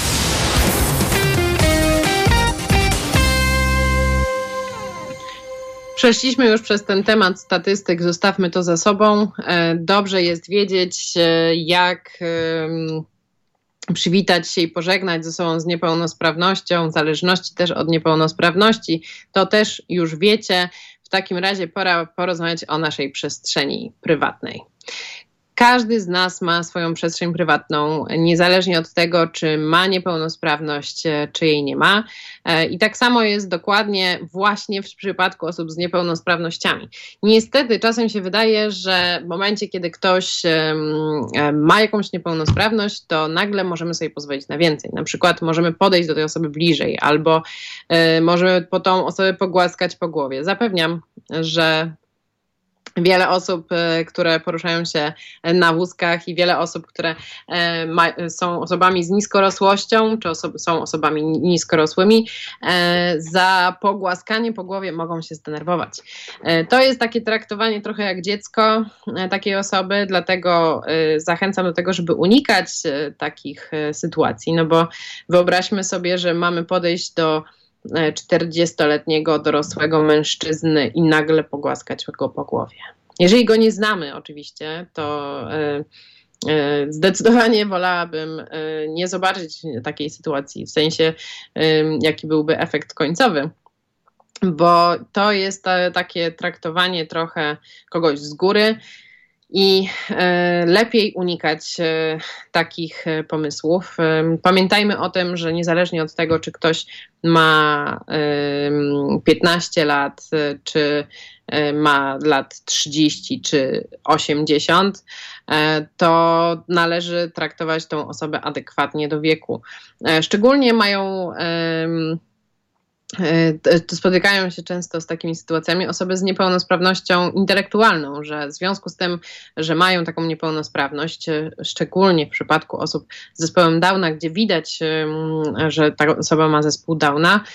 Przeszliśmy już przez ten temat statystyk, zostawmy to za sobą. Dobrze jest wiedzieć, jak przywitać się i pożegnać ze sobą z niepełnosprawnością, w zależności też od niepełnosprawności. To też już wiecie. W takim razie pora porozmawiać o naszej przestrzeni prywatnej. Każdy z nas ma swoją przestrzeń prywatną, niezależnie od tego, czy ma niepełnosprawność, czy jej nie ma. I tak samo jest dokładnie właśnie w przypadku osób z niepełnosprawnościami. Niestety czasem się wydaje, że w momencie, kiedy ktoś ma jakąś niepełnosprawność, to nagle możemy sobie pozwolić na więcej. Na przykład możemy podejść do tej osoby bliżej albo możemy po tą osobę pogłaskać po głowie. Zapewniam, że wiele osób, które poruszają się na wózkach i wiele osób, które ma, są osobami z niskorosłością, czy osoby, są osobami niskorosłymi, za pogłaskanie po głowie mogą się zdenerwować. To jest takie traktowanie trochę jak dziecko takiej osoby, dlatego zachęcam do tego, żeby unikać takich sytuacji, no bo wyobraźmy sobie, że mamy podejść do czterdziestoletniego dorosłego mężczyzny i nagle pogłaskać go po głowie. Jeżeli go nie znamy oczywiście, to zdecydowanie wolałabym nie zobaczyć takiej sytuacji, w sensie jaki byłby efekt końcowy, bo to jest takie traktowanie trochę kogoś z góry i lepiej unikać takich pomysłów. Pamiętajmy o tym, że niezależnie od tego, czy ktoś ma piętnaście lat, czy ma lat trzydzieści czy osiemdziesiąt, to należy traktować tą osobę adekwatnie do wieku. Szczególnie mają spotykają się często z takimi sytuacjami osoby z niepełnosprawnością intelektualną, że w związku z tym, że mają taką niepełnosprawność, szczególnie w przypadku osób z zespołem Downa, gdzie widać, że ta osoba ma zespół Downa,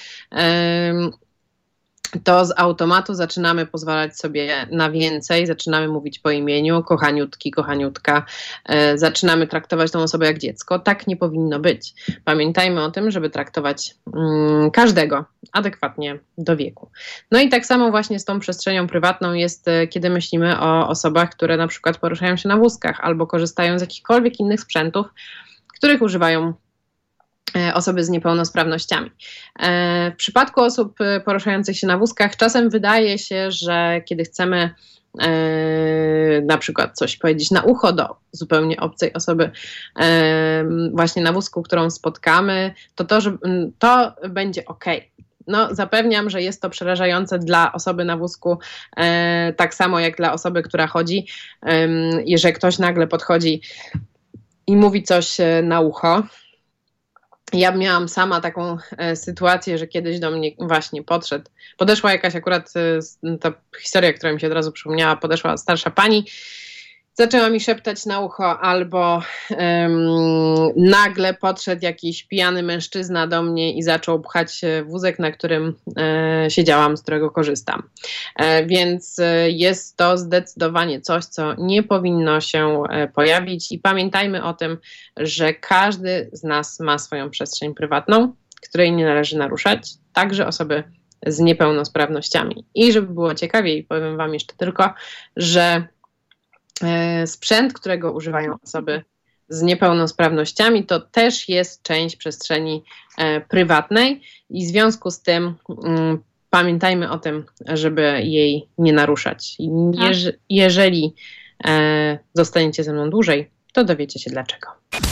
to z automatu zaczynamy pozwalać sobie na więcej, zaczynamy mówić po imieniu, kochaniutki, kochaniutka, e, zaczynamy traktować tą osobę jak dziecko. Tak nie powinno być. Pamiętajmy o tym, żeby traktować mm, każdego adekwatnie do wieku. No i tak samo właśnie z tą przestrzenią prywatną jest, kiedy myślimy o osobach, które na przykład poruszają się na wózkach albo korzystają z jakichkolwiek innych sprzętów, których używają osoby z niepełnosprawnościami. W przypadku osób poruszających się na wózkach czasem wydaje się, że kiedy chcemy na przykład coś powiedzieć na ucho do zupełnie obcej osoby właśnie na wózku, którą spotkamy, to to, że to będzie okej. No, zapewniam, że jest to przerażające dla osoby na wózku, e, tak samo jak dla osoby, która chodzi, e, jeżeli ktoś nagle podchodzi i mówi coś na ucho. Ja miałam sama taką e, sytuację, że kiedyś do mnie właśnie podszedł, podeszła jakaś akurat, e, ta historia, która mi się od razu przypomniała, podeszła starsza pani, zaczęła mi szeptać na ucho, albo e, nagle podszedł jakiś pijany mężczyzna do mnie i zaczął pchać wózek, na którym e, siedziałam, z którego korzystam. E, więc e, jest to zdecydowanie coś, co nie powinno się e, pojawić i pamiętajmy o tym, że każdy z nas ma swoją przestrzeń prywatną, której nie należy naruszać, także osoby z niepełnosprawnościami. I żeby było ciekawiej, powiem wam jeszcze tylko, że sprzęt, którego używają osoby z niepełnosprawnościami, to też jest część przestrzeni e, prywatnej i w związku z tym mm, pamiętajmy o tym, żeby jej nie naruszać. Jeż, jeżeli e, zostaniecie ze mną dłużej, to dowiecie się dlaczego.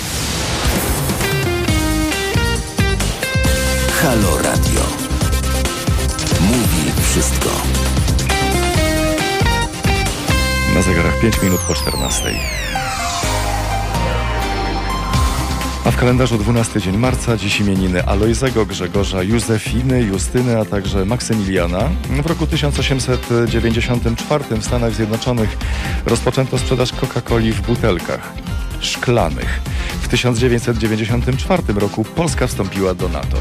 Halo Radio. Mówi wszystko. Na zegarach pięć minut po czternastej. A w kalendarzu dwunasty dzień marca, dziś imieniny Alojzego, Grzegorza, Józefiny, Justyny, a także Maksymiliana. W roku tysiąc osiemset dziewięćdziesiątym czwartym w Stanach Zjednoczonych rozpoczęto sprzedaż Coca-Coli w butelkach szklanych. W tysiąc dziewięćset dziewięćdziesiątym czwartym roku Polska wstąpiła do NATO.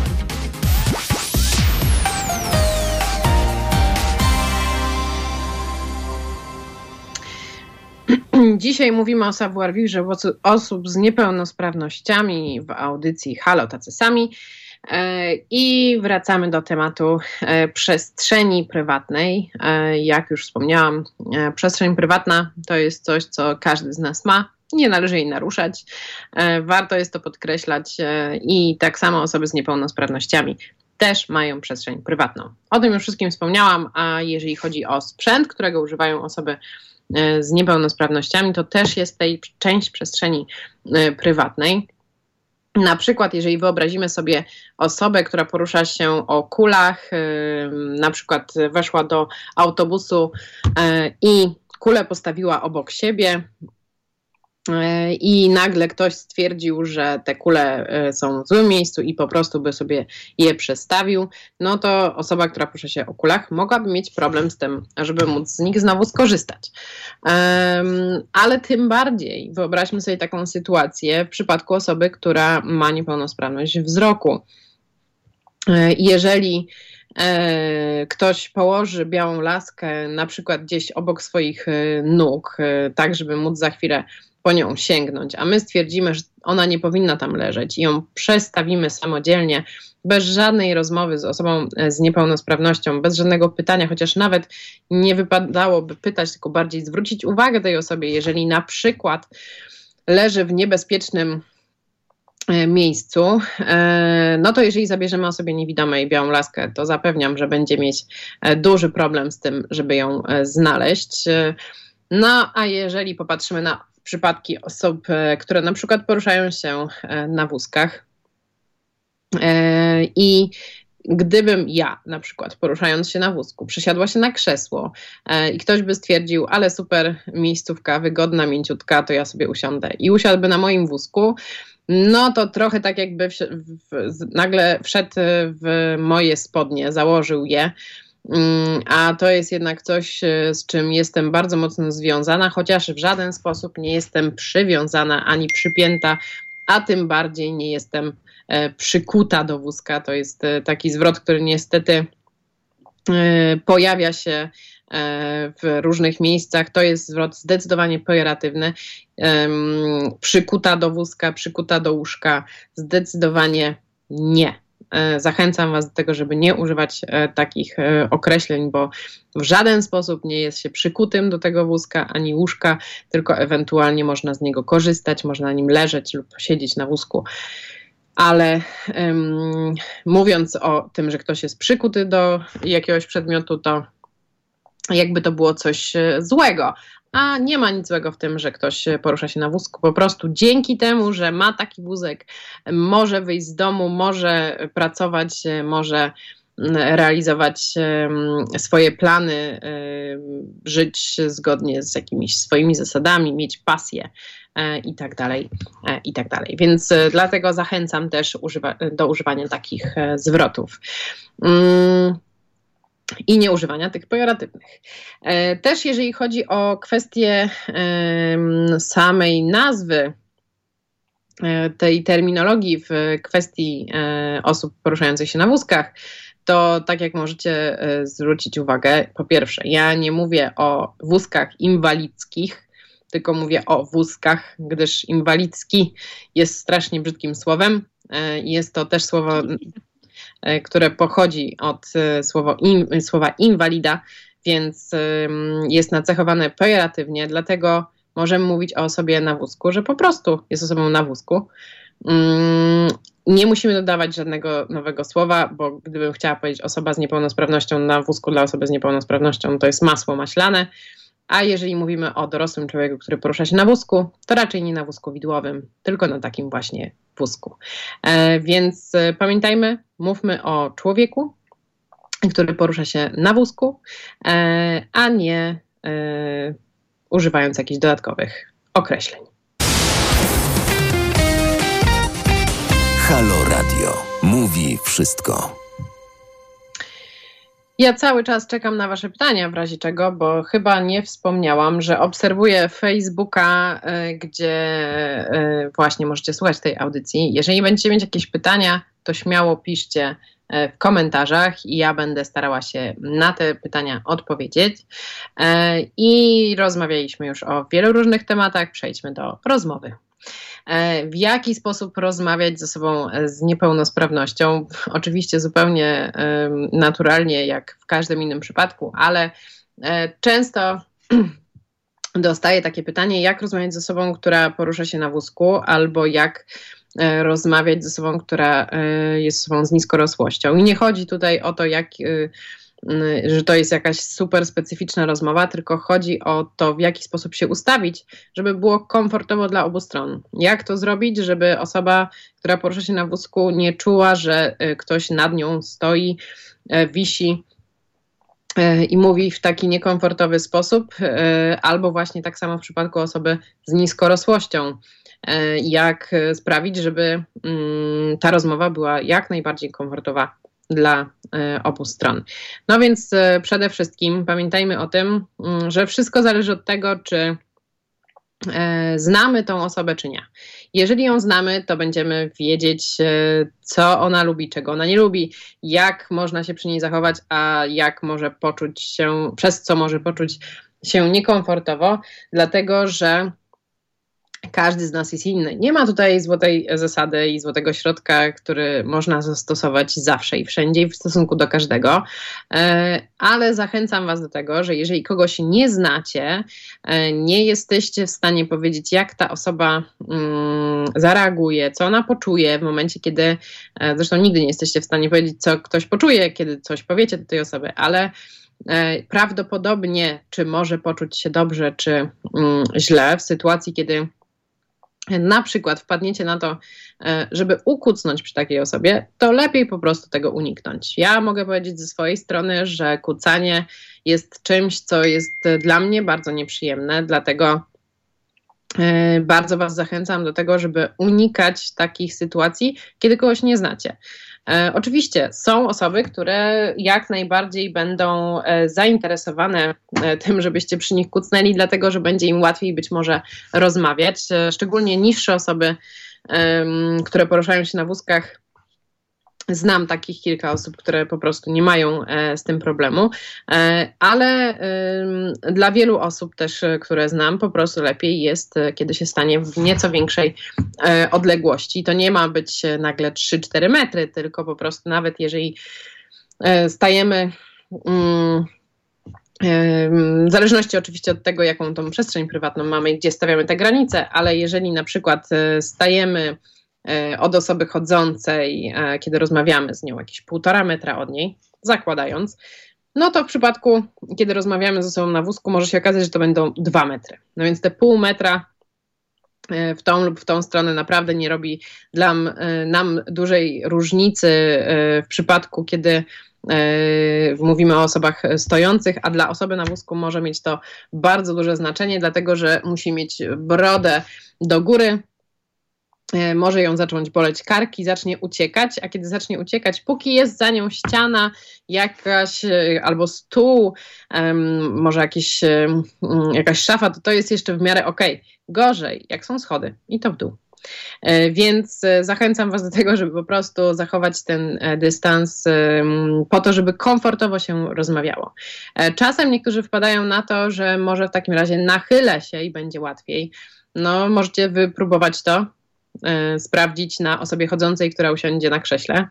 Dzisiaj mówimy o savoir-vivre osób z niepełnosprawnościami w audycji Halo, tacy sami. I wracamy do tematu przestrzeni prywatnej. Jak już wspomniałam, przestrzeń prywatna to jest coś, co każdy z nas ma. Nie należy jej naruszać. Warto jest to podkreślać i tak samo osoby z niepełnosprawnościami też mają przestrzeń prywatną. O tym już wszystkim wspomniałam, a jeżeli chodzi o sprzęt, którego używają osoby z niepełnosprawnościami, to też jest tej część przestrzeni prywatnej. Na przykład, jeżeli wyobrazimy sobie osobę, która porusza się o kulach, na przykład weszła do autobusu i kulę postawiła obok siebie i nagle ktoś stwierdził, że te kule są w złym miejscu i po prostu by sobie je przestawił, no to osoba, która porusza się o kulach, mogłaby mieć problem z tym, żeby móc z nich znowu skorzystać. Um, ale tym bardziej wyobraźmy sobie taką sytuację w przypadku osoby, która ma niepełnosprawność wzroku. Jeżeli e, ktoś położy białą laskę na przykład gdzieś obok swoich nóg, tak żeby móc za chwilę po nią sięgnąć, a my stwierdzimy, że ona nie powinna tam leżeć i ją przestawimy samodzielnie, bez żadnej rozmowy z osobą z niepełnosprawnością, bez żadnego pytania, chociaż nawet nie wypadałoby pytać, tylko bardziej zwrócić uwagę tej osobie, jeżeli na przykład leży w niebezpiecznym miejscu, no to jeżeli zabierzemy osobie niewidomej białą laskę, to zapewniam, że będzie mieć duży problem z tym, żeby ją znaleźć. No a jeżeli popatrzymy na przypadki osób, które na przykład poruszają się na wózkach i gdybym ja na przykład poruszając się na wózku przesiadła się na krzesło i ktoś by stwierdził, ale super miejscówka, wygodna, mięciutka, to ja sobie usiądę i usiadłby na moim wózku, no to trochę tak jakby w, w, nagle wszedł w moje spodnie, założył je, a to jest jednak coś, z czym jestem bardzo mocno związana, chociaż w żaden sposób nie jestem przywiązana ani przypięta, a tym bardziej nie jestem przykuta do wózka. To jest taki zwrot, który niestety pojawia się w różnych miejscach. To jest zwrot zdecydowanie pejoratywny. Przykuta do wózka, przykuta do łóżka, zdecydowanie nie. Zachęcam Was do tego, żeby nie używać takich określeń, bo w żaden sposób nie jest się przykutym do tego wózka ani łóżka, tylko ewentualnie można z niego korzystać, można na nim leżeć lub siedzieć na wózku. Ale um, mówiąc o tym, że ktoś jest przykuty do jakiegoś przedmiotu, to jakby to było coś złego. A nie ma nic złego w tym, że ktoś porusza się na wózku. Po prostu dzięki temu, że ma taki wózek, może wyjść z domu, może pracować, może realizować swoje plany, żyć zgodnie z jakimiś swoimi zasadami, mieć pasję i tak dalej, i tak dalej. Więc dlatego zachęcam też używa- do używania takich zwrotów. I nieużywania tych pejoratywnych. Też jeżeli chodzi o kwestię samej nazwy, tej terminologii w kwestii osób poruszających się na wózkach, to tak jak możecie zwrócić uwagę, po pierwsze, ja nie mówię o wózkach inwalidzkich, tylko mówię o wózkach, gdyż inwalidzki jest strasznie brzydkim słowem. Jest to też słowo, które pochodzi od słowa, in, słowa inwalida, więc jest nacechowane pejoratywnie, dlatego możemy mówić o osobie na wózku, że po prostu jest osobą na wózku. Nie musimy dodawać żadnego nowego słowa, bo gdybym chciała powiedzieć osoba z niepełnosprawnością na wózku dla osoby z niepełnosprawnością, to jest masło maślane, a jeżeli mówimy o dorosłym człowieku, który porusza się na wózku, to raczej nie na wózku widłowym, tylko na takim właśnie wózku. E, więc e, pamiętajmy, mówmy o człowieku, który porusza się na wózku, e, a nie e, używając jakichś dodatkowych określeń. Halo Radio. Mówi wszystko. Ja cały czas czekam na Wasze pytania, w razie czego, bo chyba nie wspomniałam, że obserwuję Facebooka, gdzie właśnie możecie słuchać tej audycji. Jeżeli będziecie mieć jakieś pytania, to śmiało piszcie w komentarzach i ja będę starała się na te pytania odpowiedzieć. I rozmawialiśmy już o wielu różnych tematach, przejdźmy do rozmowy. W jaki sposób rozmawiać ze sobą z niepełnosprawnością? Oczywiście zupełnie naturalnie, jak w każdym innym przypadku, ale często dostaję takie pytanie, jak rozmawiać z osobą, która porusza się na wózku, albo jak rozmawiać z osobą, która jest osobą z niskorosłością. I nie chodzi tutaj o to, jak że to jest jakaś super specyficzna rozmowa, tylko chodzi o to, w jaki sposób się ustawić, żeby było komfortowo dla obu stron. Jak to zrobić, żeby osoba, która porusza się na wózku, nie czuła, że ktoś nad nią stoi, wisi i mówi w taki niekomfortowy sposób, albo właśnie tak samo w przypadku osoby z niskorosłością. Jak sprawić, żeby ta rozmowa była jak najbardziej komfortowa dla y, obu stron. No więc y, przede wszystkim pamiętajmy o tym, y, że wszystko zależy od tego, czy y, znamy tą osobę, czy nie. Jeżeli ją znamy, to będziemy wiedzieć, y, co ona lubi, czego ona nie lubi, jak można się przy niej zachować, a jak może poczuć się, przez co może poczuć się niekomfortowo, dlatego że Każdy z nas jest inny. Nie ma tutaj złotej zasady i złotego środka, który można zastosować zawsze i wszędzie i w stosunku do każdego, ale zachęcam Was do tego, że jeżeli kogoś nie znacie, nie jesteście w stanie powiedzieć, jak ta osoba zareaguje, co ona poczuje w momencie, kiedy, zresztą nigdy nie jesteście w stanie powiedzieć, co ktoś poczuje, kiedy coś powiecie do tej osoby, ale prawdopodobnie, czy może poczuć się dobrze, czy źle w sytuacji, kiedy na przykład wpadniecie na to, żeby ukucnąć przy takiej osobie, to lepiej po prostu tego uniknąć. Ja mogę powiedzieć ze swojej strony, że kucanie jest czymś, co jest dla mnie bardzo nieprzyjemne, dlatego bardzo Was zachęcam do tego, żeby unikać takich sytuacji, kiedy kogoś nie znacie. E, oczywiście są osoby, które jak najbardziej będą e, zainteresowane e, tym, żebyście przy nich kucnęli, dlatego że będzie im łatwiej być może rozmawiać. E, szczególnie niższe osoby, e, które poruszają się na wózkach. Znam takich kilka osób, które po prostu nie mają e, z tym problemu, e, ale e, dla wielu osób też, e, które znam, po prostu lepiej jest, e, kiedy się stanie w nieco większej e, odległości. To nie ma być e, nagle trzy cztery metry, tylko po prostu nawet jeżeli e, stajemy... Mm, w zależności oczywiście od tego, jaką tą przestrzeń prywatną mamy i gdzie stawiamy te granice, ale jeżeli na przykład e, stajemy od osoby chodzącej, kiedy rozmawiamy z nią, jakieś półtora metra od niej, zakładając, no to w przypadku, kiedy rozmawiamy z osobą na wózku, może się okazać, że to będą dwa metry. No więc te pół metra w tą lub w tą stronę naprawdę nie robi dla nam dużej różnicy w przypadku, kiedy mówimy o osobach stojących, a dla osoby na wózku może mieć to bardzo duże znaczenie, dlatego że musi mieć brodę do góry, może ją zacząć boleć karki, zacznie uciekać, a kiedy zacznie uciekać, póki jest za nią ściana, jakaś albo stół, um, może jakiś, um, jakaś szafa, to to jest jeszcze w miarę okej. Gorzej, jak są schody i to w dół. E, więc zachęcam Was do tego, żeby po prostu zachować ten dystans um, po to, żeby komfortowo się rozmawiało. E, czasem niektórzy wpadają na to, że może w takim razie nachylę się i będzie łatwiej. No, możecie wypróbować to. Sprawdzić na osobie chodzącej, która usiądzie na krześle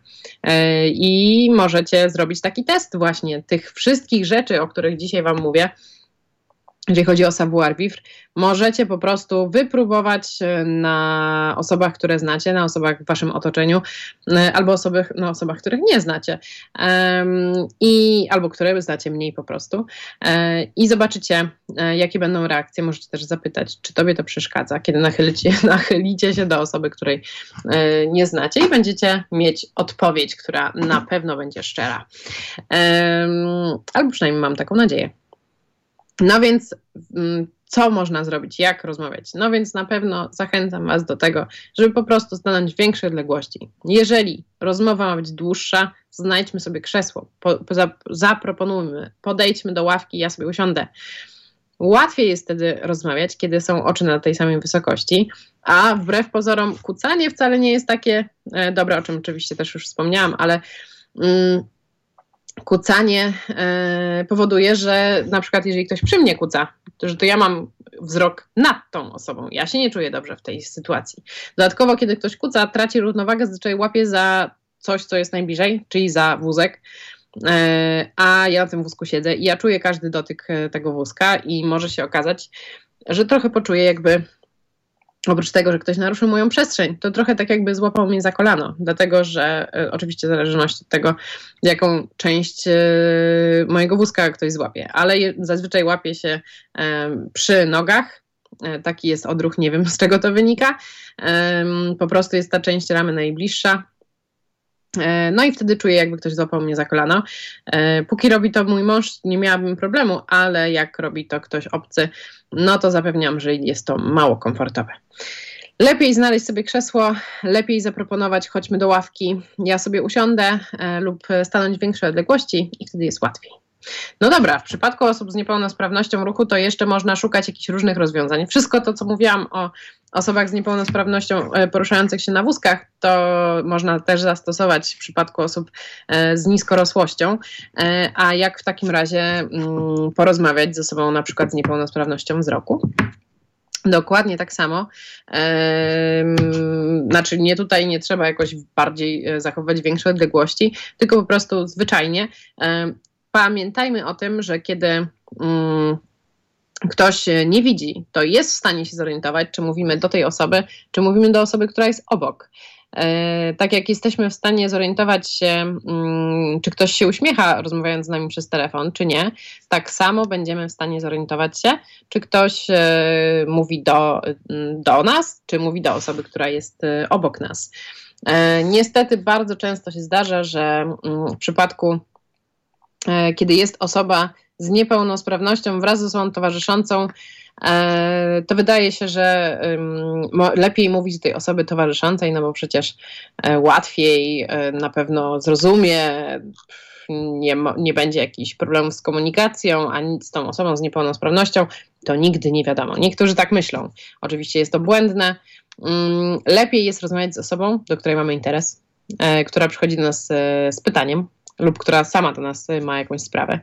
i możecie zrobić taki test właśnie tych wszystkich rzeczy, o których dzisiaj Wam mówię, jeżeli chodzi o savoir-vivre, możecie po prostu wypróbować na osobach, które znacie, na osobach w Waszym otoczeniu, albo osoby, na osobach, których nie znacie, um, i, albo które znacie mniej po prostu, um, i zobaczycie, um, jakie będą reakcje. Możecie też zapytać, czy Tobie to przeszkadza, kiedy nachylicie, nachylicie się do osoby, której um, nie znacie i będziecie mieć odpowiedź, która na pewno będzie szczera. Um, albo przynajmniej mam taką nadzieję. No więc co można zrobić? Jak rozmawiać? No więc na pewno zachęcam Was do tego, żeby po prostu stanąć w większej odległości. Jeżeli rozmowa ma być dłuższa, znajdźmy sobie krzesło, po, po, zaproponujmy, podejdźmy do ławki, ja sobie usiądę. Łatwiej jest wtedy rozmawiać, kiedy są oczy na tej samej wysokości, a wbrew pozorom kucanie wcale nie jest takie e, dobre, o czym oczywiście też już wspomniałam, ale... Mm, Kucanie e, powoduje, że na przykład jeżeli ktoś przy mnie kuca, to że to ja mam wzrok nad tą osobą. Ja się nie czuję dobrze w tej sytuacji. Dodatkowo, kiedy ktoś kuca, traci równowagę, zazwyczaj łapie za coś, co jest najbliżej, czyli za wózek, e, a ja na tym wózku siedzę i ja czuję każdy dotyk tego wózka i może się okazać, że trochę poczuję jakby oprócz tego, że ktoś naruszył moją przestrzeń, to trochę tak jakby złapał mnie za kolano, dlatego że y, oczywiście w zależności od tego, jaką część y, mojego wózka ktoś złapie, ale je, zazwyczaj łapie się y, przy nogach, y, taki jest odruch, nie wiem z czego to wynika, y, po prostu jest ta część ramy najbliższa. No i wtedy czuję, jakby ktoś złapał mnie za kolano. Póki robi to mój mąż, nie miałabym problemu, ale jak robi to ktoś obcy, no to zapewniam, że jest to mało komfortowe. Lepiej znaleźć sobie krzesło, lepiej zaproponować, chodźmy do ławki, ja sobie usiądę lub stanąć w większej odległości i wtedy jest łatwiej. No dobra, w przypadku osób z niepełnosprawnością ruchu to jeszcze można szukać jakichś różnych rozwiązań. Wszystko to, co mówiłam o osobach z niepełnosprawnością poruszających się na wózkach, to można też zastosować w przypadku osób z niskorosłością. A jak w takim razie porozmawiać z osobą na przykład z niepełnosprawnością wzroku? Dokładnie tak samo. Ehm, znaczy nie tutaj nie trzeba jakoś bardziej zachowywać większe odległości, tylko po prostu zwyczajnie. Ehm, pamiętajmy o tym, że kiedy mm, ktoś nie widzi, to jest w stanie się zorientować, czy mówimy do tej osoby, czy mówimy do osoby, która jest obok. E, tak jak jesteśmy w stanie zorientować się, mm, czy ktoś się uśmiecha rozmawiając z nami przez telefon, czy nie, tak samo będziemy w stanie zorientować się, czy ktoś e, mówi do, do nas, czy mówi do osoby, która jest e, obok nas. E, niestety bardzo często się zdarza, że mm, w przypadku, e, kiedy jest osoba z niepełnosprawnością wraz z osobą towarzyszącą, to wydaje się, że lepiej mówić do tej osoby towarzyszącej, no bo przecież łatwiej na pewno zrozumie, nie, nie będzie jakichś problemów z komunikacją, a nic z tą osobą z niepełnosprawnością, to nigdy nie wiadomo. Niektórzy tak myślą. Oczywiście jest to błędne. Lepiej jest rozmawiać z osobą, do której mamy interes, która przychodzi do nas z pytaniem lub która sama do nas ma jakąś sprawę,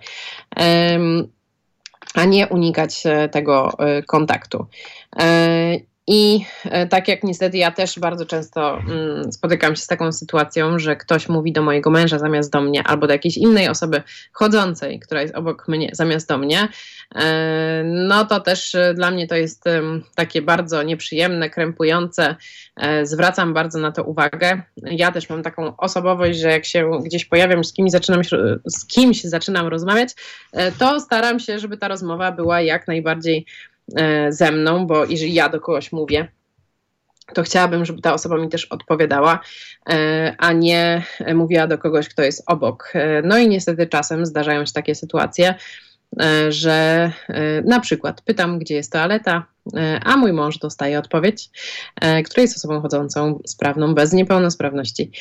a nie unikać tego kontaktu. I tak jak niestety ja też bardzo często spotykam się z taką sytuacją, że ktoś mówi do mojego męża zamiast do mnie, albo do jakiejś innej osoby chodzącej, która jest obok mnie zamiast do mnie, no to też dla mnie to jest takie bardzo nieprzyjemne, krępujące. Zwracam bardzo na to uwagę. Ja też mam taką osobowość, że jak się gdzieś pojawiam, z kimś zaczynam, z kimś zaczynam rozmawiać, to staram się, żeby ta rozmowa była jak najbardziej ze mną, bo jeżeli ja do kogoś mówię, to chciałabym, żeby ta osoba mi też odpowiadała, a nie mówiła do kogoś, kto jest obok. No i niestety czasem zdarzają się takie sytuacje, że na przykład pytam, gdzie jest toaleta, a mój mąż dostaje odpowiedź, która jest osobą chodzącą, sprawną, bez niepełnosprawności.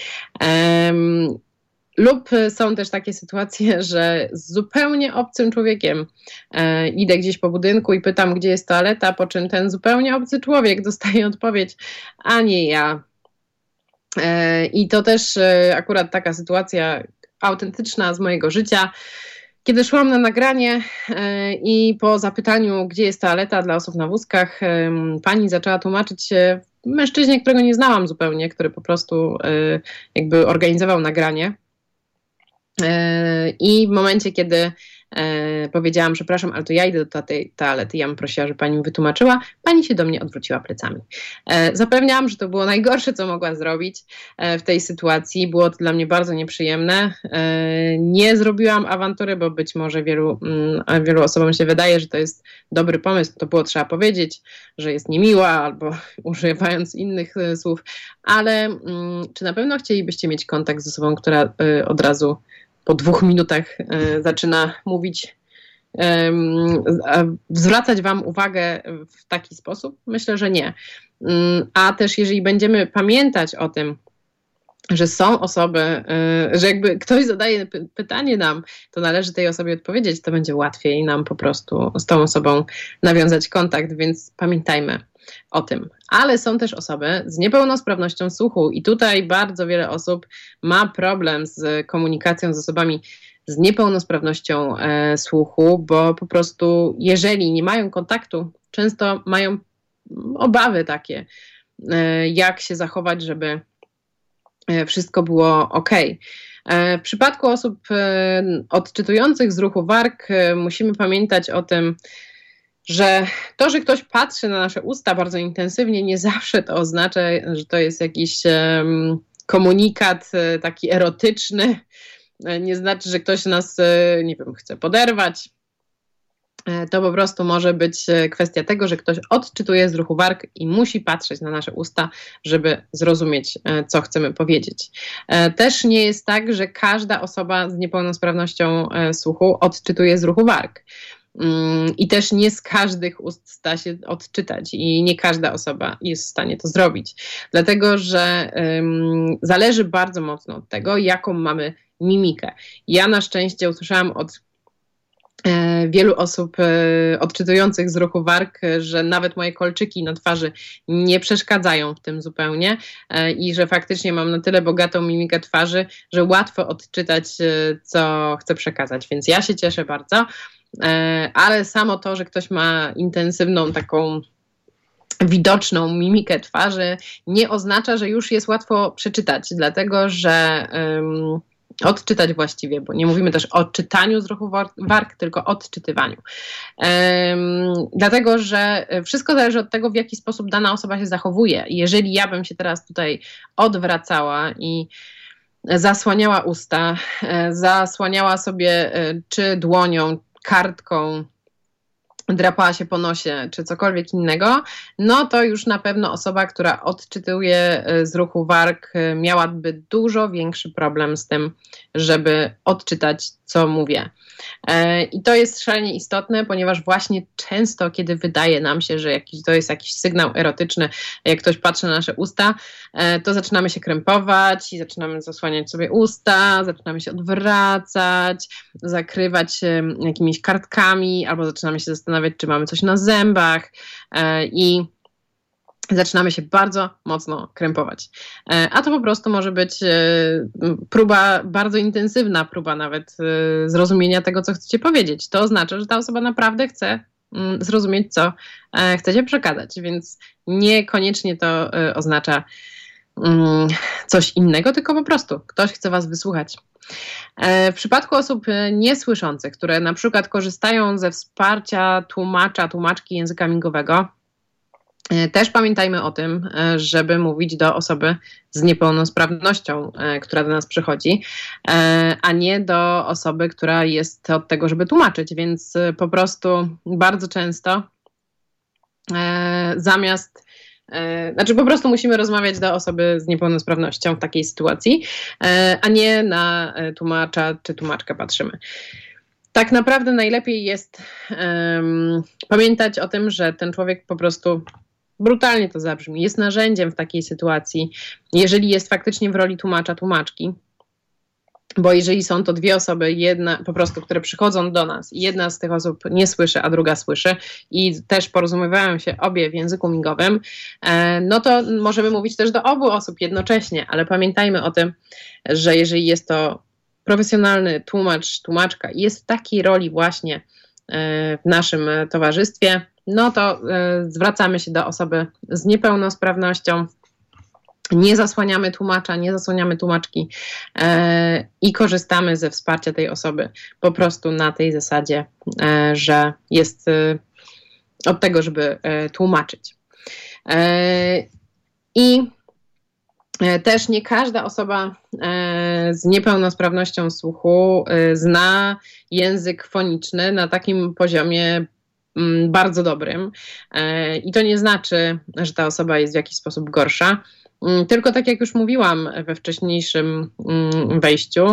Lub są też takie sytuacje, że z zupełnie obcym człowiekiem e, idę gdzieś po budynku i pytam, gdzie jest toaleta, po czym ten zupełnie obcy człowiek dostaje odpowiedź, a nie ja. E, I to też e, akurat taka sytuacja autentyczna z mojego życia. Kiedy szłam na nagranie e, i po zapytaniu, gdzie jest toaleta dla osób na wózkach, e, pani zaczęła tłumaczyć się mężczyźnie, którego nie znałam zupełnie, który po prostu e, jakby organizował nagranie. I w momencie, kiedy e, powiedziałam, przepraszam, ale to ja idę do tej toalety, ja bym prosiła, żeby pani mi wytłumaczyła, pani się do mnie odwróciła plecami. E, zapewniałam, że to było najgorsze, co mogła zrobić e, w tej sytuacji. Było to dla mnie bardzo nieprzyjemne. E, nie zrobiłam awantury, bo być może wielu, mm, wielu osobom się wydaje, że to jest dobry pomysł, to było trzeba powiedzieć, że jest niemiła albo używając innych e, słów, ale mm, czy na pewno chcielibyście mieć kontakt z osobą, która e, od razu po dwóch minutach e, zaczyna mówić, e, zwracać wam uwagę w taki sposób? Myślę, że nie. A też jeżeli będziemy pamiętać o tym, że są osoby, e, że jakby ktoś zadaje py- pytanie nam, to należy tej osobie odpowiedzieć, to będzie łatwiej nam po prostu z tą osobą nawiązać kontakt, więc pamiętajmy o tym. Ale są też osoby z niepełnosprawnością słuchu i tutaj bardzo wiele osób ma problem z komunikacją z osobami z niepełnosprawnością e, słuchu, bo po prostu jeżeli nie mają kontaktu, często mają obawy takie, e, jak się zachować, żeby e, wszystko było ok. E, w przypadku osób e, odczytujących z ruchu warg e, musimy pamiętać o tym, że to, że ktoś patrzy na nasze usta bardzo intensywnie, nie zawsze to oznacza, że to jest jakiś um, komunikat um, taki erotyczny. Nie znaczy, że ktoś nas, um, nie wiem, chce poderwać. To po prostu może być kwestia tego, że ktoś odczytuje z ruchu warg i musi patrzeć na nasze usta, żeby zrozumieć, co chcemy powiedzieć. Też nie jest tak, że każda osoba z niepełnosprawnością słuchu odczytuje z ruchu warg. I też nie z każdych ust da się odczytać i nie każda osoba jest w stanie to zrobić. Dlatego, że um, zależy bardzo mocno od tego, jaką mamy mimikę. Ja na szczęście usłyszałam od e, wielu osób e, odczytujących z ruchu warg, że nawet moje kolczyki na twarzy nie przeszkadzają w tym zupełnie e, i że faktycznie mam na tyle bogatą mimikę twarzy, że łatwo odczytać, e, co chcę przekazać. Więc ja się cieszę bardzo. Ale samo to, że ktoś ma intensywną taką widoczną mimikę twarzy, nie oznacza, że już jest łatwo przeczytać, dlatego że um, odczytać właściwie, bo nie mówimy też o czytaniu z ruchu warg, tylko o odczytywaniu. Um, dlatego, że wszystko zależy od tego, w jaki sposób dana osoba się zachowuje. Jeżeli ja bym się teraz tutaj odwracała i zasłaniała usta, zasłaniała sobie czy dłonią, kartką, drapała się po nosie, czy cokolwiek innego, no to już na pewno osoba, która odczytuje z ruchu warg, miałaby dużo większy problem z tym, żeby odczytać, co mówię. I to jest szalenie istotne, ponieważ właśnie często, kiedy wydaje nam się, że jakiś, to jest jakiś sygnał erotyczny, jak ktoś patrzy na nasze usta, to zaczynamy się krępować i zaczynamy zasłaniać sobie usta, zaczynamy się odwracać, zakrywać się jakimiś kartkami, albo zaczynamy się zastanawiać, czy mamy coś na zębach i zaczynamy się bardzo mocno krępować. A to po prostu może być próba, bardzo intensywna próba nawet zrozumienia tego, co chcecie powiedzieć. To oznacza, że ta osoba naprawdę chce zrozumieć, co chcecie przekazać, więc niekoniecznie to oznacza coś innego, tylko po prostu ktoś chce was wysłuchać. W przypadku osób niesłyszących, które na przykład korzystają ze wsparcia tłumacza, tłumaczki języka migowego, też pamiętajmy o tym, żeby mówić do osoby z niepełnosprawnością, która do nas przychodzi, a nie do osoby, która jest od tego, żeby tłumaczyć, więc po prostu bardzo często zamiast, znaczy po prostu musimy rozmawiać do osoby z niepełnosprawnością w takiej sytuacji, a nie na tłumacza czy tłumaczkę patrzymy. Tak naprawdę najlepiej jest um, pamiętać o tym, że ten człowiek po prostu, brutalnie to zabrzmi, jest narzędziem w takiej sytuacji, jeżeli jest faktycznie w roli tłumacza, tłumaczki, bo jeżeli są to dwie osoby, jedna po prostu, które przychodzą do nas i jedna z tych osób nie słyszy, a druga słyszy i też porozumiewają się obie w języku migowym, no to możemy mówić też do obu osób jednocześnie, ale pamiętajmy o tym, że jeżeli jest to profesjonalny tłumacz, tłumaczka i jest w takiej roli właśnie w naszym towarzystwie, no to zwracamy się do osoby z niepełnosprawnością, nie zasłaniamy tłumacza, nie zasłaniamy tłumaczki i korzystamy ze wsparcia tej osoby po prostu na tej zasadzie, że jest od tego, żeby tłumaczyć. I też nie każda osoba z niepełnosprawnością słuchu zna język foniczny na takim poziomie bardzo dobrym. I to nie znaczy, że ta osoba jest w jakiś sposób gorsza, tylko tak jak już mówiłam we wcześniejszym wejściu,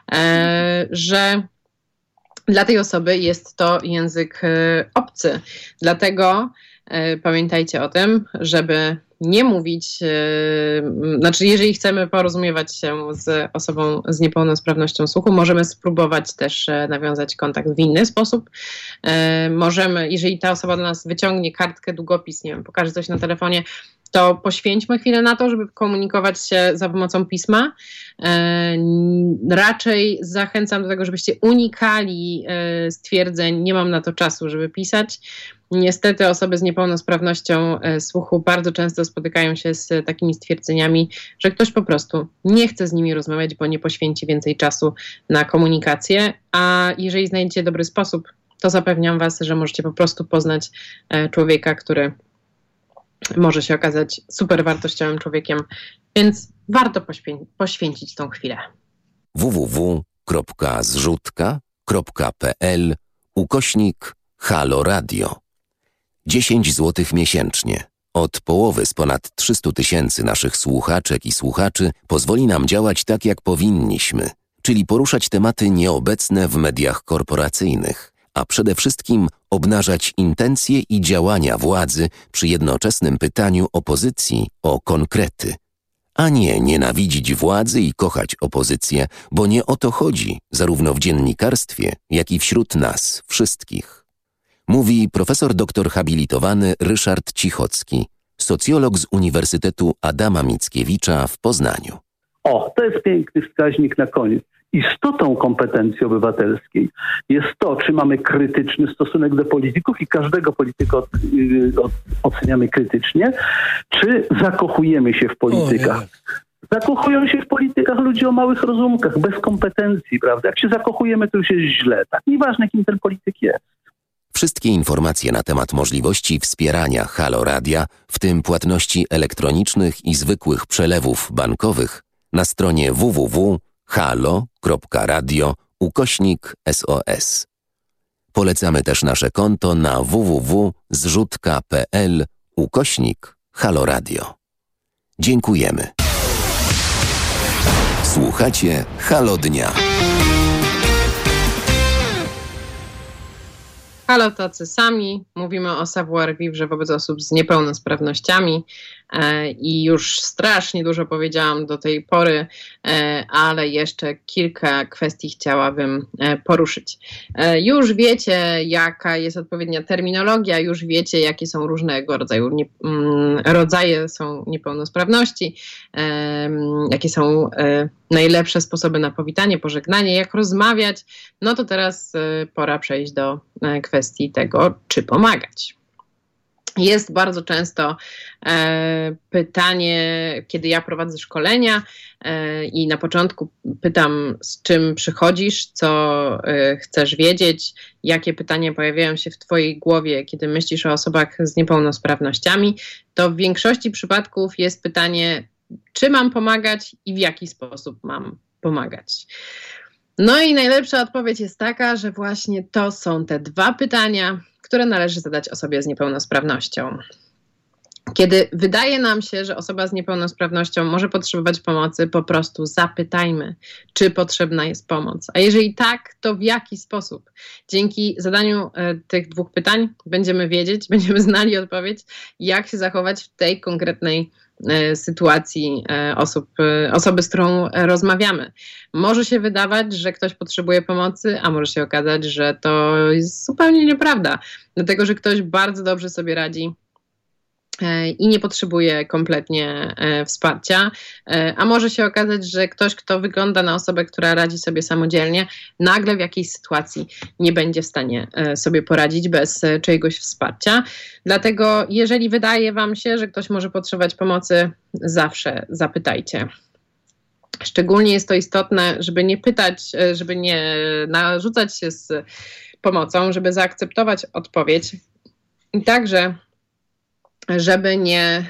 że dla tej osoby jest to język obcy. Dlatego pamiętajcie o tym, żeby nie mówić, yy, znaczy jeżeli chcemy porozumiewać się z osobą z niepełnosprawnością słuchu, możemy spróbować też e, nawiązać kontakt w inny sposób. E, możemy, jeżeli ta osoba do nas wyciągnie kartkę, długopis, nie wiem, pokaże coś na telefonie, to poświęćmy chwilę na to, żeby komunikować się za pomocą pisma. E, raczej zachęcam do tego, żebyście unikali e, stwierdzeń, nie mam na to czasu, żeby pisać. Niestety osoby z niepełnosprawnością e, słuchu bardzo często spotykają się z takimi stwierdzeniami, że ktoś po prostu nie chce z nimi rozmawiać, bo nie poświęci więcej czasu na komunikację, a jeżeli znajdziecie dobry sposób, to zapewniam was, że możecie po prostu poznać e, człowieka, który może się okazać super wartościowym człowiekiem, więc warto poświę- poświęcić tą chwilę. w w w kropka zrzutka kropka p l ukośnik Halo Radio. dziesięć złotych miesięcznie. Od połowy z ponad trzysta tysięcy naszych słuchaczek i słuchaczy pozwoli nam działać tak, jak powinniśmy, czyli poruszać tematy nieobecne w mediach korporacyjnych, a przede wszystkim obnażać intencje i działania władzy przy jednoczesnym pytaniu opozycji o konkrety. A nie nienawidzić władzy i kochać opozycję, bo nie o to chodzi zarówno w dziennikarstwie, jak i wśród nas wszystkich. Mówi profesor doktor habilitowany Ryszard Cichocki, socjolog z Uniwersytetu Adama Mickiewicza w Poznaniu. O, to jest piękny wskaźnik na koniec. Istotą kompetencji obywatelskiej jest to, czy mamy krytyczny stosunek do polityków i każdego polityka od, od, oceniamy krytycznie, czy zakochujemy się w politykach. Zakochują się w politykach ludzie o małych rozumkach, bez kompetencji, prawda? Jak się zakochujemy, to już jest źle. Tak, nieważne, kim ten polityk jest. Wszystkie informacje na temat możliwości wspierania Halo Radia, w tym płatności elektronicznych i zwykłych przelewów bankowych, na stronie w w w kropka halo kropka radio ukośnik S O S. Polecamy też nasze konto na w w w kropka zrzutka kropka p l ukośnik Halo Radio. Dziękujemy. Słuchacie Halo Dnia. Halo, tacy sami. Mówimy o savoir-vivre wobec osób z niepełnosprawnościami e, i już strasznie dużo powiedziałam do tej pory, e, ale jeszcze kilka kwestii chciałabym e, poruszyć. E, już wiecie, jaka jest odpowiednia terminologia, już wiecie, jakie są różnego rodzaju nie, mm, rodzaje są niepełnosprawności, e, jakie są e, najlepsze sposoby na powitanie, pożegnanie, jak rozmawiać. No to teraz e, pora przejść do e, kwestii tego, czy pomagać. Jest bardzo często e, pytanie, kiedy ja prowadzę szkolenia e, i na początku pytam, z czym przychodzisz, co e, chcesz wiedzieć, jakie pytania pojawiają się w twojej głowie, kiedy myślisz o osobach z niepełnosprawnościami, to w większości przypadków jest pytanie, czy mam pomagać i w jaki sposób mam pomagać. No i najlepsza odpowiedź jest taka, że właśnie to są te dwa pytania, które należy zadać osobie z niepełnosprawnością. Kiedy wydaje nam się, że osoba z niepełnosprawnością może potrzebować pomocy, po prostu zapytajmy, czy potrzebna jest pomoc. A jeżeli tak, to w jaki sposób? Dzięki zadaniu e, tych dwóch pytań będziemy wiedzieć, będziemy znali odpowiedź, jak się zachować w tej konkretnej e, sytuacji e, osób, e, osoby, z którą e, rozmawiamy. Może się wydawać, że ktoś potrzebuje pomocy, a może się okazać, że to jest zupełnie nieprawda, dlatego że ktoś bardzo dobrze sobie radzi i nie potrzebuje kompletnie e, wsparcia, e, a może się okazać, że ktoś, kto wygląda na osobę, która radzi sobie samodzielnie, nagle w jakiejś sytuacji nie będzie w stanie e, sobie poradzić bez e, czyjegoś wsparcia. Dlatego jeżeli wydaje wam się, że ktoś może potrzebować pomocy, zawsze zapytajcie. Szczególnie jest to istotne, żeby nie pytać, e, żeby nie narzucać się z pomocą, żeby zaakceptować odpowiedź i także żeby nie,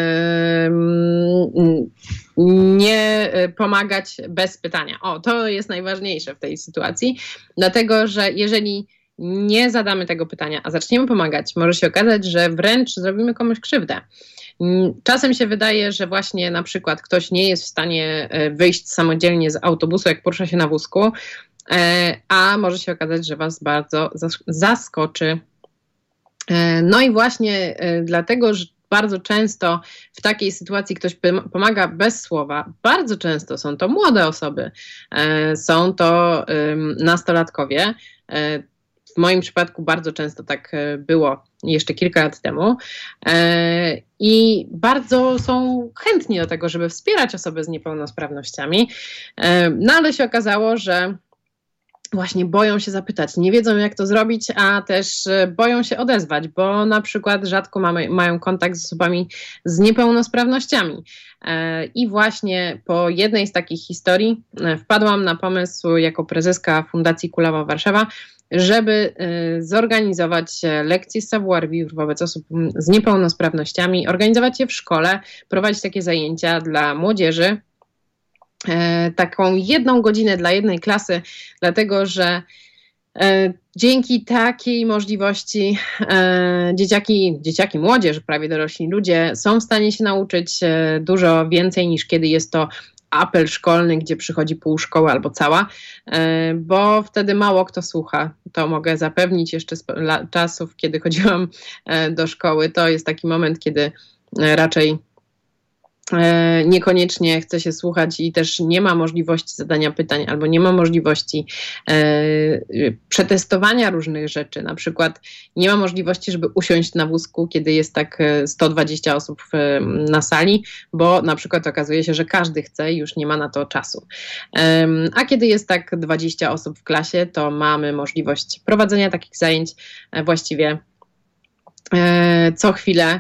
nie pomagać bez pytania. O, to jest najważniejsze w tej sytuacji, dlatego że jeżeli nie zadamy tego pytania, a zaczniemy pomagać, może się okazać, że wręcz zrobimy komuś krzywdę. Czasem się wydaje, że właśnie na przykład ktoś nie jest w stanie wyjść samodzielnie z autobusu, jak porusza się na wózku, a może się okazać, że was bardzo zaskoczy. No i właśnie dlatego, że bardzo często w takiej sytuacji ktoś pomaga bez słowa, bardzo często są to młode osoby, są to nastolatkowie. W moim przypadku bardzo często tak było jeszcze kilka lat temu i bardzo są chętni do tego, żeby wspierać osoby z niepełnosprawnościami, no ale się okazało, że właśnie boją się zapytać, nie wiedzą jak to zrobić, a też boją się odezwać, bo na przykład rzadko mamy, mają kontakt z osobami z niepełnosprawnościami. I właśnie po jednej z takich historii wpadłam na pomysł jako prezeska Fundacji Kulawa Warszawa, żeby zorganizować lekcje savoir-vivre wobec osób z niepełnosprawnościami, organizować je w szkole, prowadzić takie zajęcia dla młodzieży, E, taką jedną godzinę dla jednej klasy, dlatego że e, dzięki takiej możliwości e, dzieciaki, dzieciaki, młodzież, prawie dorośli ludzie są w stanie się nauczyć e, dużo więcej niż kiedy jest to apel szkolny, gdzie przychodzi pół szkoły albo cała, e, bo wtedy mało kto słucha. To mogę zapewnić jeszcze z la, czasów, kiedy chodziłam e, do szkoły. To jest taki moment, kiedy e, raczej niekoniecznie chce się słuchać i też nie ma możliwości zadania pytań albo nie ma możliwości przetestowania różnych rzeczy. Na przykład nie ma możliwości, żeby usiąść na wózku, kiedy jest tak sto dwadzieścia osób w, na sali, bo na przykład okazuje się, że każdy chce i już nie ma na to czasu. A kiedy jest tak dwadzieścia osób w klasie, to mamy możliwość prowadzenia takich zajęć właściwie co chwilę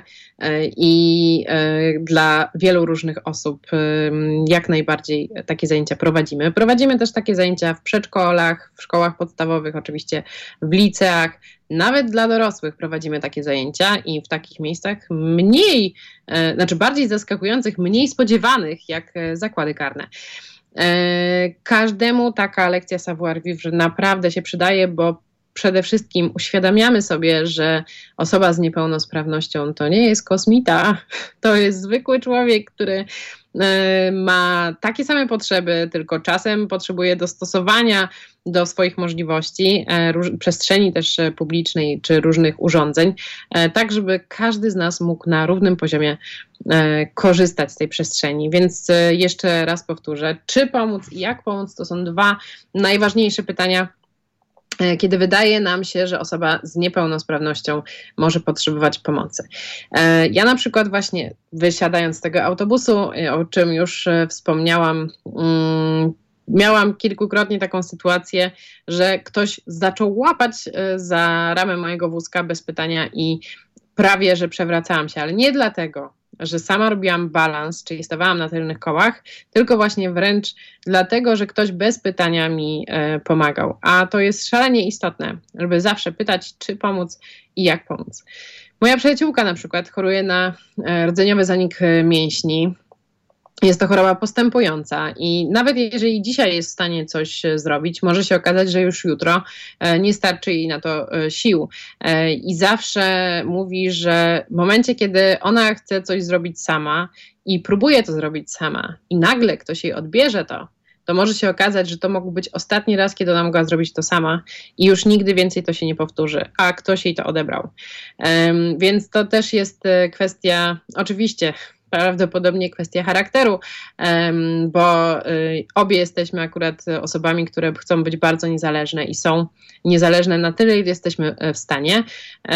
i dla wielu różnych osób jak najbardziej takie zajęcia prowadzimy. Prowadzimy też takie zajęcia w przedszkolach, w szkołach podstawowych, oczywiście w liceach, nawet dla dorosłych prowadzimy takie zajęcia i w takich miejscach mniej, znaczy bardziej zaskakujących, mniej spodziewanych jak zakłady karne. Każdemu taka lekcja savoir-vivre naprawdę się przydaje, bo przede wszystkim uświadamiamy sobie, że osoba z niepełnosprawnością to nie jest kosmita, to jest zwykły człowiek, który ma takie same potrzeby, tylko czasem potrzebuje dostosowania do swoich możliwości, przestrzeni też publicznej czy różnych urządzeń, tak żeby każdy z nas mógł na równym poziomie korzystać z tej przestrzeni. Więc jeszcze raz powtórzę, czy pomóc i jak pomóc, to są dwa najważniejsze pytania, kiedy wydaje nam się, że osoba z niepełnosprawnością może potrzebować pomocy. Ja na przykład właśnie wysiadając z tego autobusu, o czym już wspomniałam, miałam kilkukrotnie taką sytuację, że ktoś zaczął łapać za ramę mojego wózka bez pytania i prawie, że przewracałam się, ale nie dlatego, że sama robiłam balans, czyli stawałam na tylnych kołach, tylko właśnie wręcz dlatego, że ktoś bez pytania mi e, pomagał. A to jest szalenie istotne, żeby zawsze pytać, czy pomóc i jak pomóc. Moja przyjaciółka na przykład choruje na e, rdzeniowy zanik mięśni. Jest to choroba postępująca i nawet jeżeli dzisiaj jest w stanie coś zrobić, może się okazać, że już jutro nie starczy jej na to sił. I zawsze mówi, że w momencie, kiedy ona chce coś zrobić sama i próbuje to zrobić sama i nagle ktoś jej odbierze to, to może się okazać, że to mógł być ostatni raz, kiedy ona mogła zrobić to sama i już nigdy więcej to się nie powtórzy, a ktoś jej to odebrał. Um, więc to też jest kwestia, oczywiście, prawdopodobnie kwestia charakteru, bo obie jesteśmy akurat osobami, które chcą być bardzo niezależne i są niezależne na tyle, ile jesteśmy w stanie.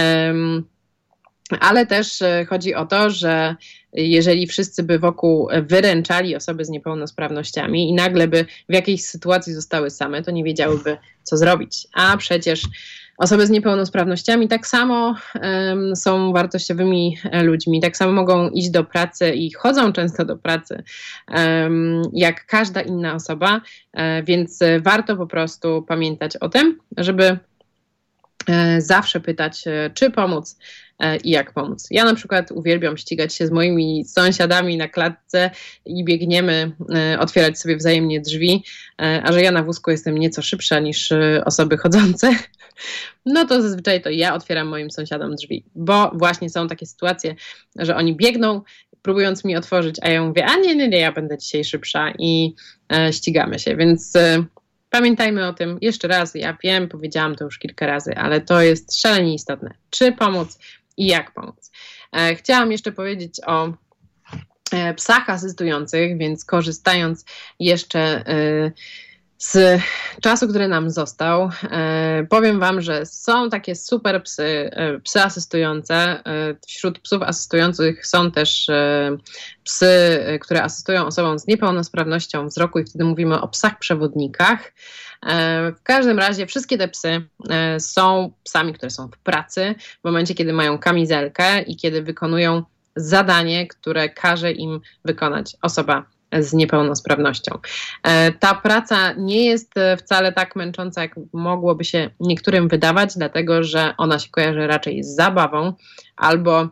Ale też chodzi o to, że jeżeli wszyscy by wokół wyręczali osoby z niepełnosprawnościami i nagle by w jakiejś sytuacji zostały same, to nie wiedziałyby, co zrobić. A przecież osoby z niepełnosprawnościami tak samo um, są wartościowymi ludźmi, tak samo mogą iść do pracy i chodzą często do pracy um, jak każda inna osoba, um, więc warto po prostu pamiętać o tym, żeby um, zawsze pytać, czy pomóc i jak pomóc. Ja na przykład uwielbiam ścigać się z moimi sąsiadami na klatce i biegniemy e, otwierać sobie wzajemnie drzwi, e, a że ja na wózku jestem nieco szybsza niż e, osoby chodzące, no to zazwyczaj to ja otwieram moim sąsiadom drzwi, bo właśnie są takie sytuacje, że oni biegną, próbując mi otworzyć, a ja mówię, a nie, nie, nie, ja będę dzisiaj szybsza i e, ścigamy się, więc e, pamiętajmy o tym jeszcze raz. Ja wiem, powiedziałam to już kilka razy, ale to jest szalenie istotne. Czy pomóc i jak pomóc. E, chciałam jeszcze powiedzieć o e, psach asystujących, więc korzystając jeszcze e, z czasu, który nam został, e, powiem wam, że są takie super psy, e, psy asystujące. E, wśród psów asystujących są też e, psy, e, które asystują osobom z niepełnosprawnością wzroku i wtedy mówimy o psach przewodnikach. W każdym razie wszystkie te psy są psami, które są w pracy w momencie, kiedy mają kamizelkę i kiedy wykonują zadanie, które każe im wykonać osoba z niepełnosprawnością. Ta praca nie jest wcale tak męcząca, jak mogłoby się niektórym wydawać, dlatego że ona się kojarzy raczej z zabawą albo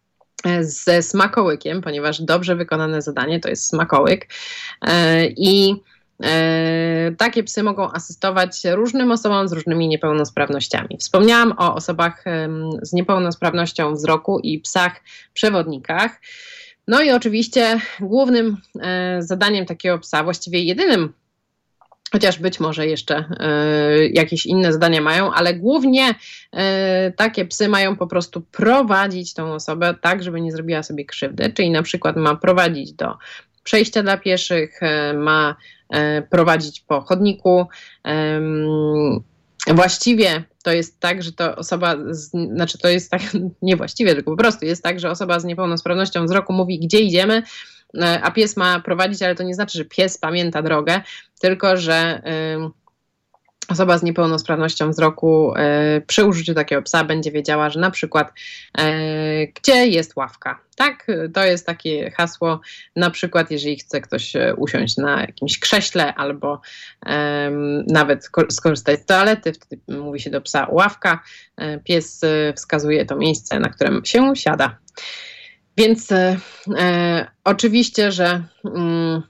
ze smakołykiem, ponieważ dobrze wykonane zadanie to jest smakołyk i E, takie psy mogą asystować różnym osobom z różnymi niepełnosprawnościami. Wspomniałam o osobach e, z niepełnosprawnością wzroku i psach przewodnikach. No i oczywiście głównym e, zadaniem takiego psa, właściwie jedynym, chociaż być może jeszcze e, jakieś inne zadania mają, ale głównie e, takie psy mają po prostu prowadzić tą osobę tak, żeby nie zrobiła sobie krzywdy, czyli na przykład ma prowadzić do przejścia dla pieszych, ma prowadzić po chodniku. Właściwie to jest tak, że to osoba, z, znaczy to jest tak, niewłaściwie, tylko po prostu jest tak, że osoba z niepełnosprawnością wzroku mówi, gdzie idziemy, a pies ma prowadzić, ale to nie znaczy, że pies pamięta drogę, tylko że y, osoba z niepełnosprawnością wzroku y, przy użyciu takiego psa będzie wiedziała, że na przykład y, gdzie jest ławka. Tak, to jest takie hasło, na przykład jeżeli chce ktoś usiąść na jakimś krześle albo um, nawet skorzystać z toalety, wtedy mówi się do psa ławka, pies wskazuje to miejsce, na którym się siada. Więc e, oczywiście, że mm,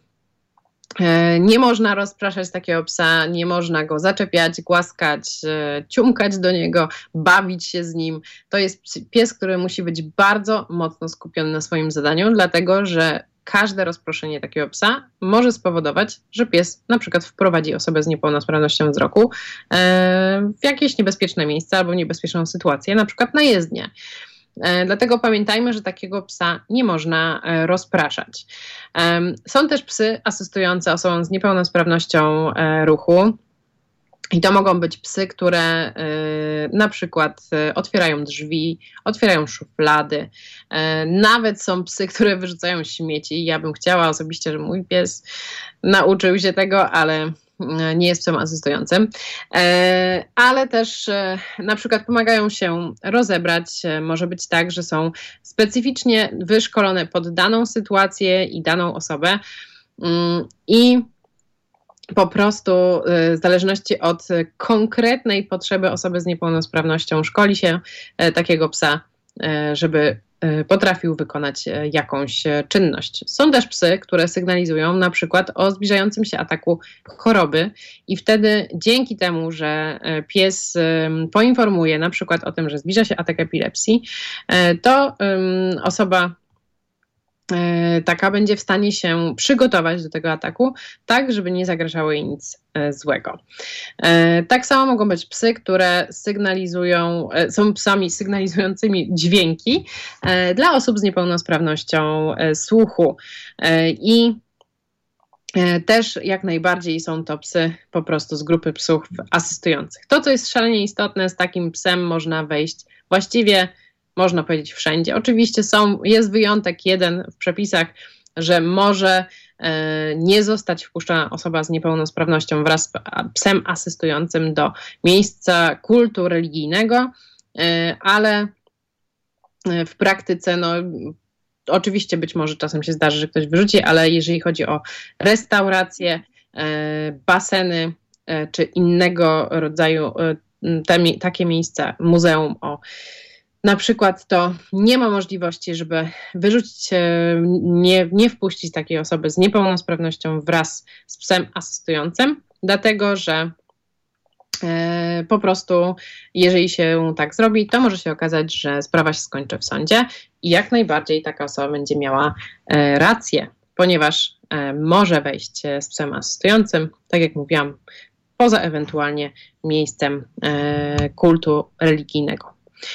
e, nie można rozpraszać takiego psa, nie można go zaczepiać, głaskać, e, ciumkać do niego, bawić się z nim. To jest pies, który musi być bardzo mocno skupiony na swoim zadaniu, dlatego że każde rozproszenie takiego psa może spowodować, że pies na przykład wprowadzi osobę z niepełnosprawnością wzroku e, w jakieś niebezpieczne miejsce albo niebezpieczną sytuację, na przykład na jezdnię. Dlatego pamiętajmy, że takiego psa nie można rozpraszać. Są też psy asystujące osobom z niepełnosprawnością ruchu. I to mogą być psy, które y, na przykład y, otwierają drzwi, otwierają szuflady. Y, nawet są psy, które wyrzucają śmieci. Ja bym chciała osobiście, żeby mój pies nauczył się tego, ale y, nie jest psem asystującym. Y, ale też y, na przykład pomagają się rozebrać. Y, może być tak, że są specyficznie wyszkolone pod daną sytuację i daną osobę. Y, I po prostu w zależności od konkretnej potrzeby osoby z niepełnosprawnością szkoli się takiego psa, żeby potrafił wykonać jakąś czynność. Są też psy, które sygnalizują na przykład o zbliżającym się ataku choroby i wtedy dzięki temu, że pies poinformuje na przykład o tym, że zbliża się atak epilepsji, to osoba taka będzie w stanie się przygotować do tego ataku, tak, żeby nie zagrażało jej nic e, złego. E, tak samo mogą być psy, które sygnalizują, e, są psami sygnalizującymi dźwięki e, dla osób z niepełnosprawnością e, słuchu. E, I e, też jak najbardziej są to psy po prostu z grupy psów asystujących. To, co jest szalenie istotne, z takim psem można wejść właściwie można powiedzieć wszędzie. Oczywiście są, jest wyjątek jeden w przepisach, że może e, nie zostać wpuszczona osoba z niepełnosprawnością wraz z psem asystującym do miejsca kultu religijnego, e, ale w praktyce no, oczywiście być może czasem się zdarzy, że ktoś wyrzuci, ale jeżeli chodzi o restauracje, e, baseny e, czy innego rodzaju e, te, takie miejsca, muzeum o na przykład, to nie ma możliwości, żeby wyrzucić, nie, nie wpuścić takiej osoby z niepełnosprawnością wraz z psem asystującym, dlatego że e, po prostu jeżeli się tak zrobi, to może się okazać, że sprawa się skończy w sądzie i jak najbardziej taka osoba będzie miała e, rację, ponieważ e, może wejść z psem asystującym, tak jak mówiłam, poza ewentualnie miejscem e, kultu religijnego.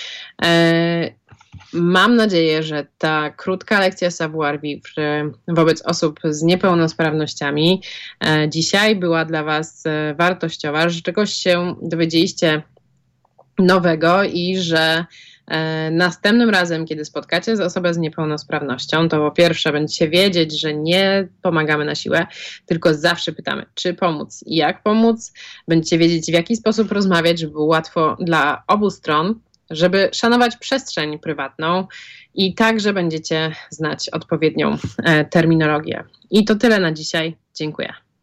Mam nadzieję, że ta krótka lekcja savoir-vivre wobec osób z niepełnosprawnościami dzisiaj była dla Was wartościowa, że czegoś się dowiedzieliście nowego i że następnym razem, kiedy spotkacie z osobę z niepełnosprawnością, to po pierwsze będziecie wiedzieć, że nie pomagamy na siłę, tylko zawsze pytamy, czy pomóc i jak pomóc. Będziecie wiedzieć, w jaki sposób rozmawiać, żeby było łatwo dla obu stron, żeby szanować przestrzeń prywatną i także będziecie znać odpowiednią e, terminologię. I to tyle na dzisiaj. Dziękuję.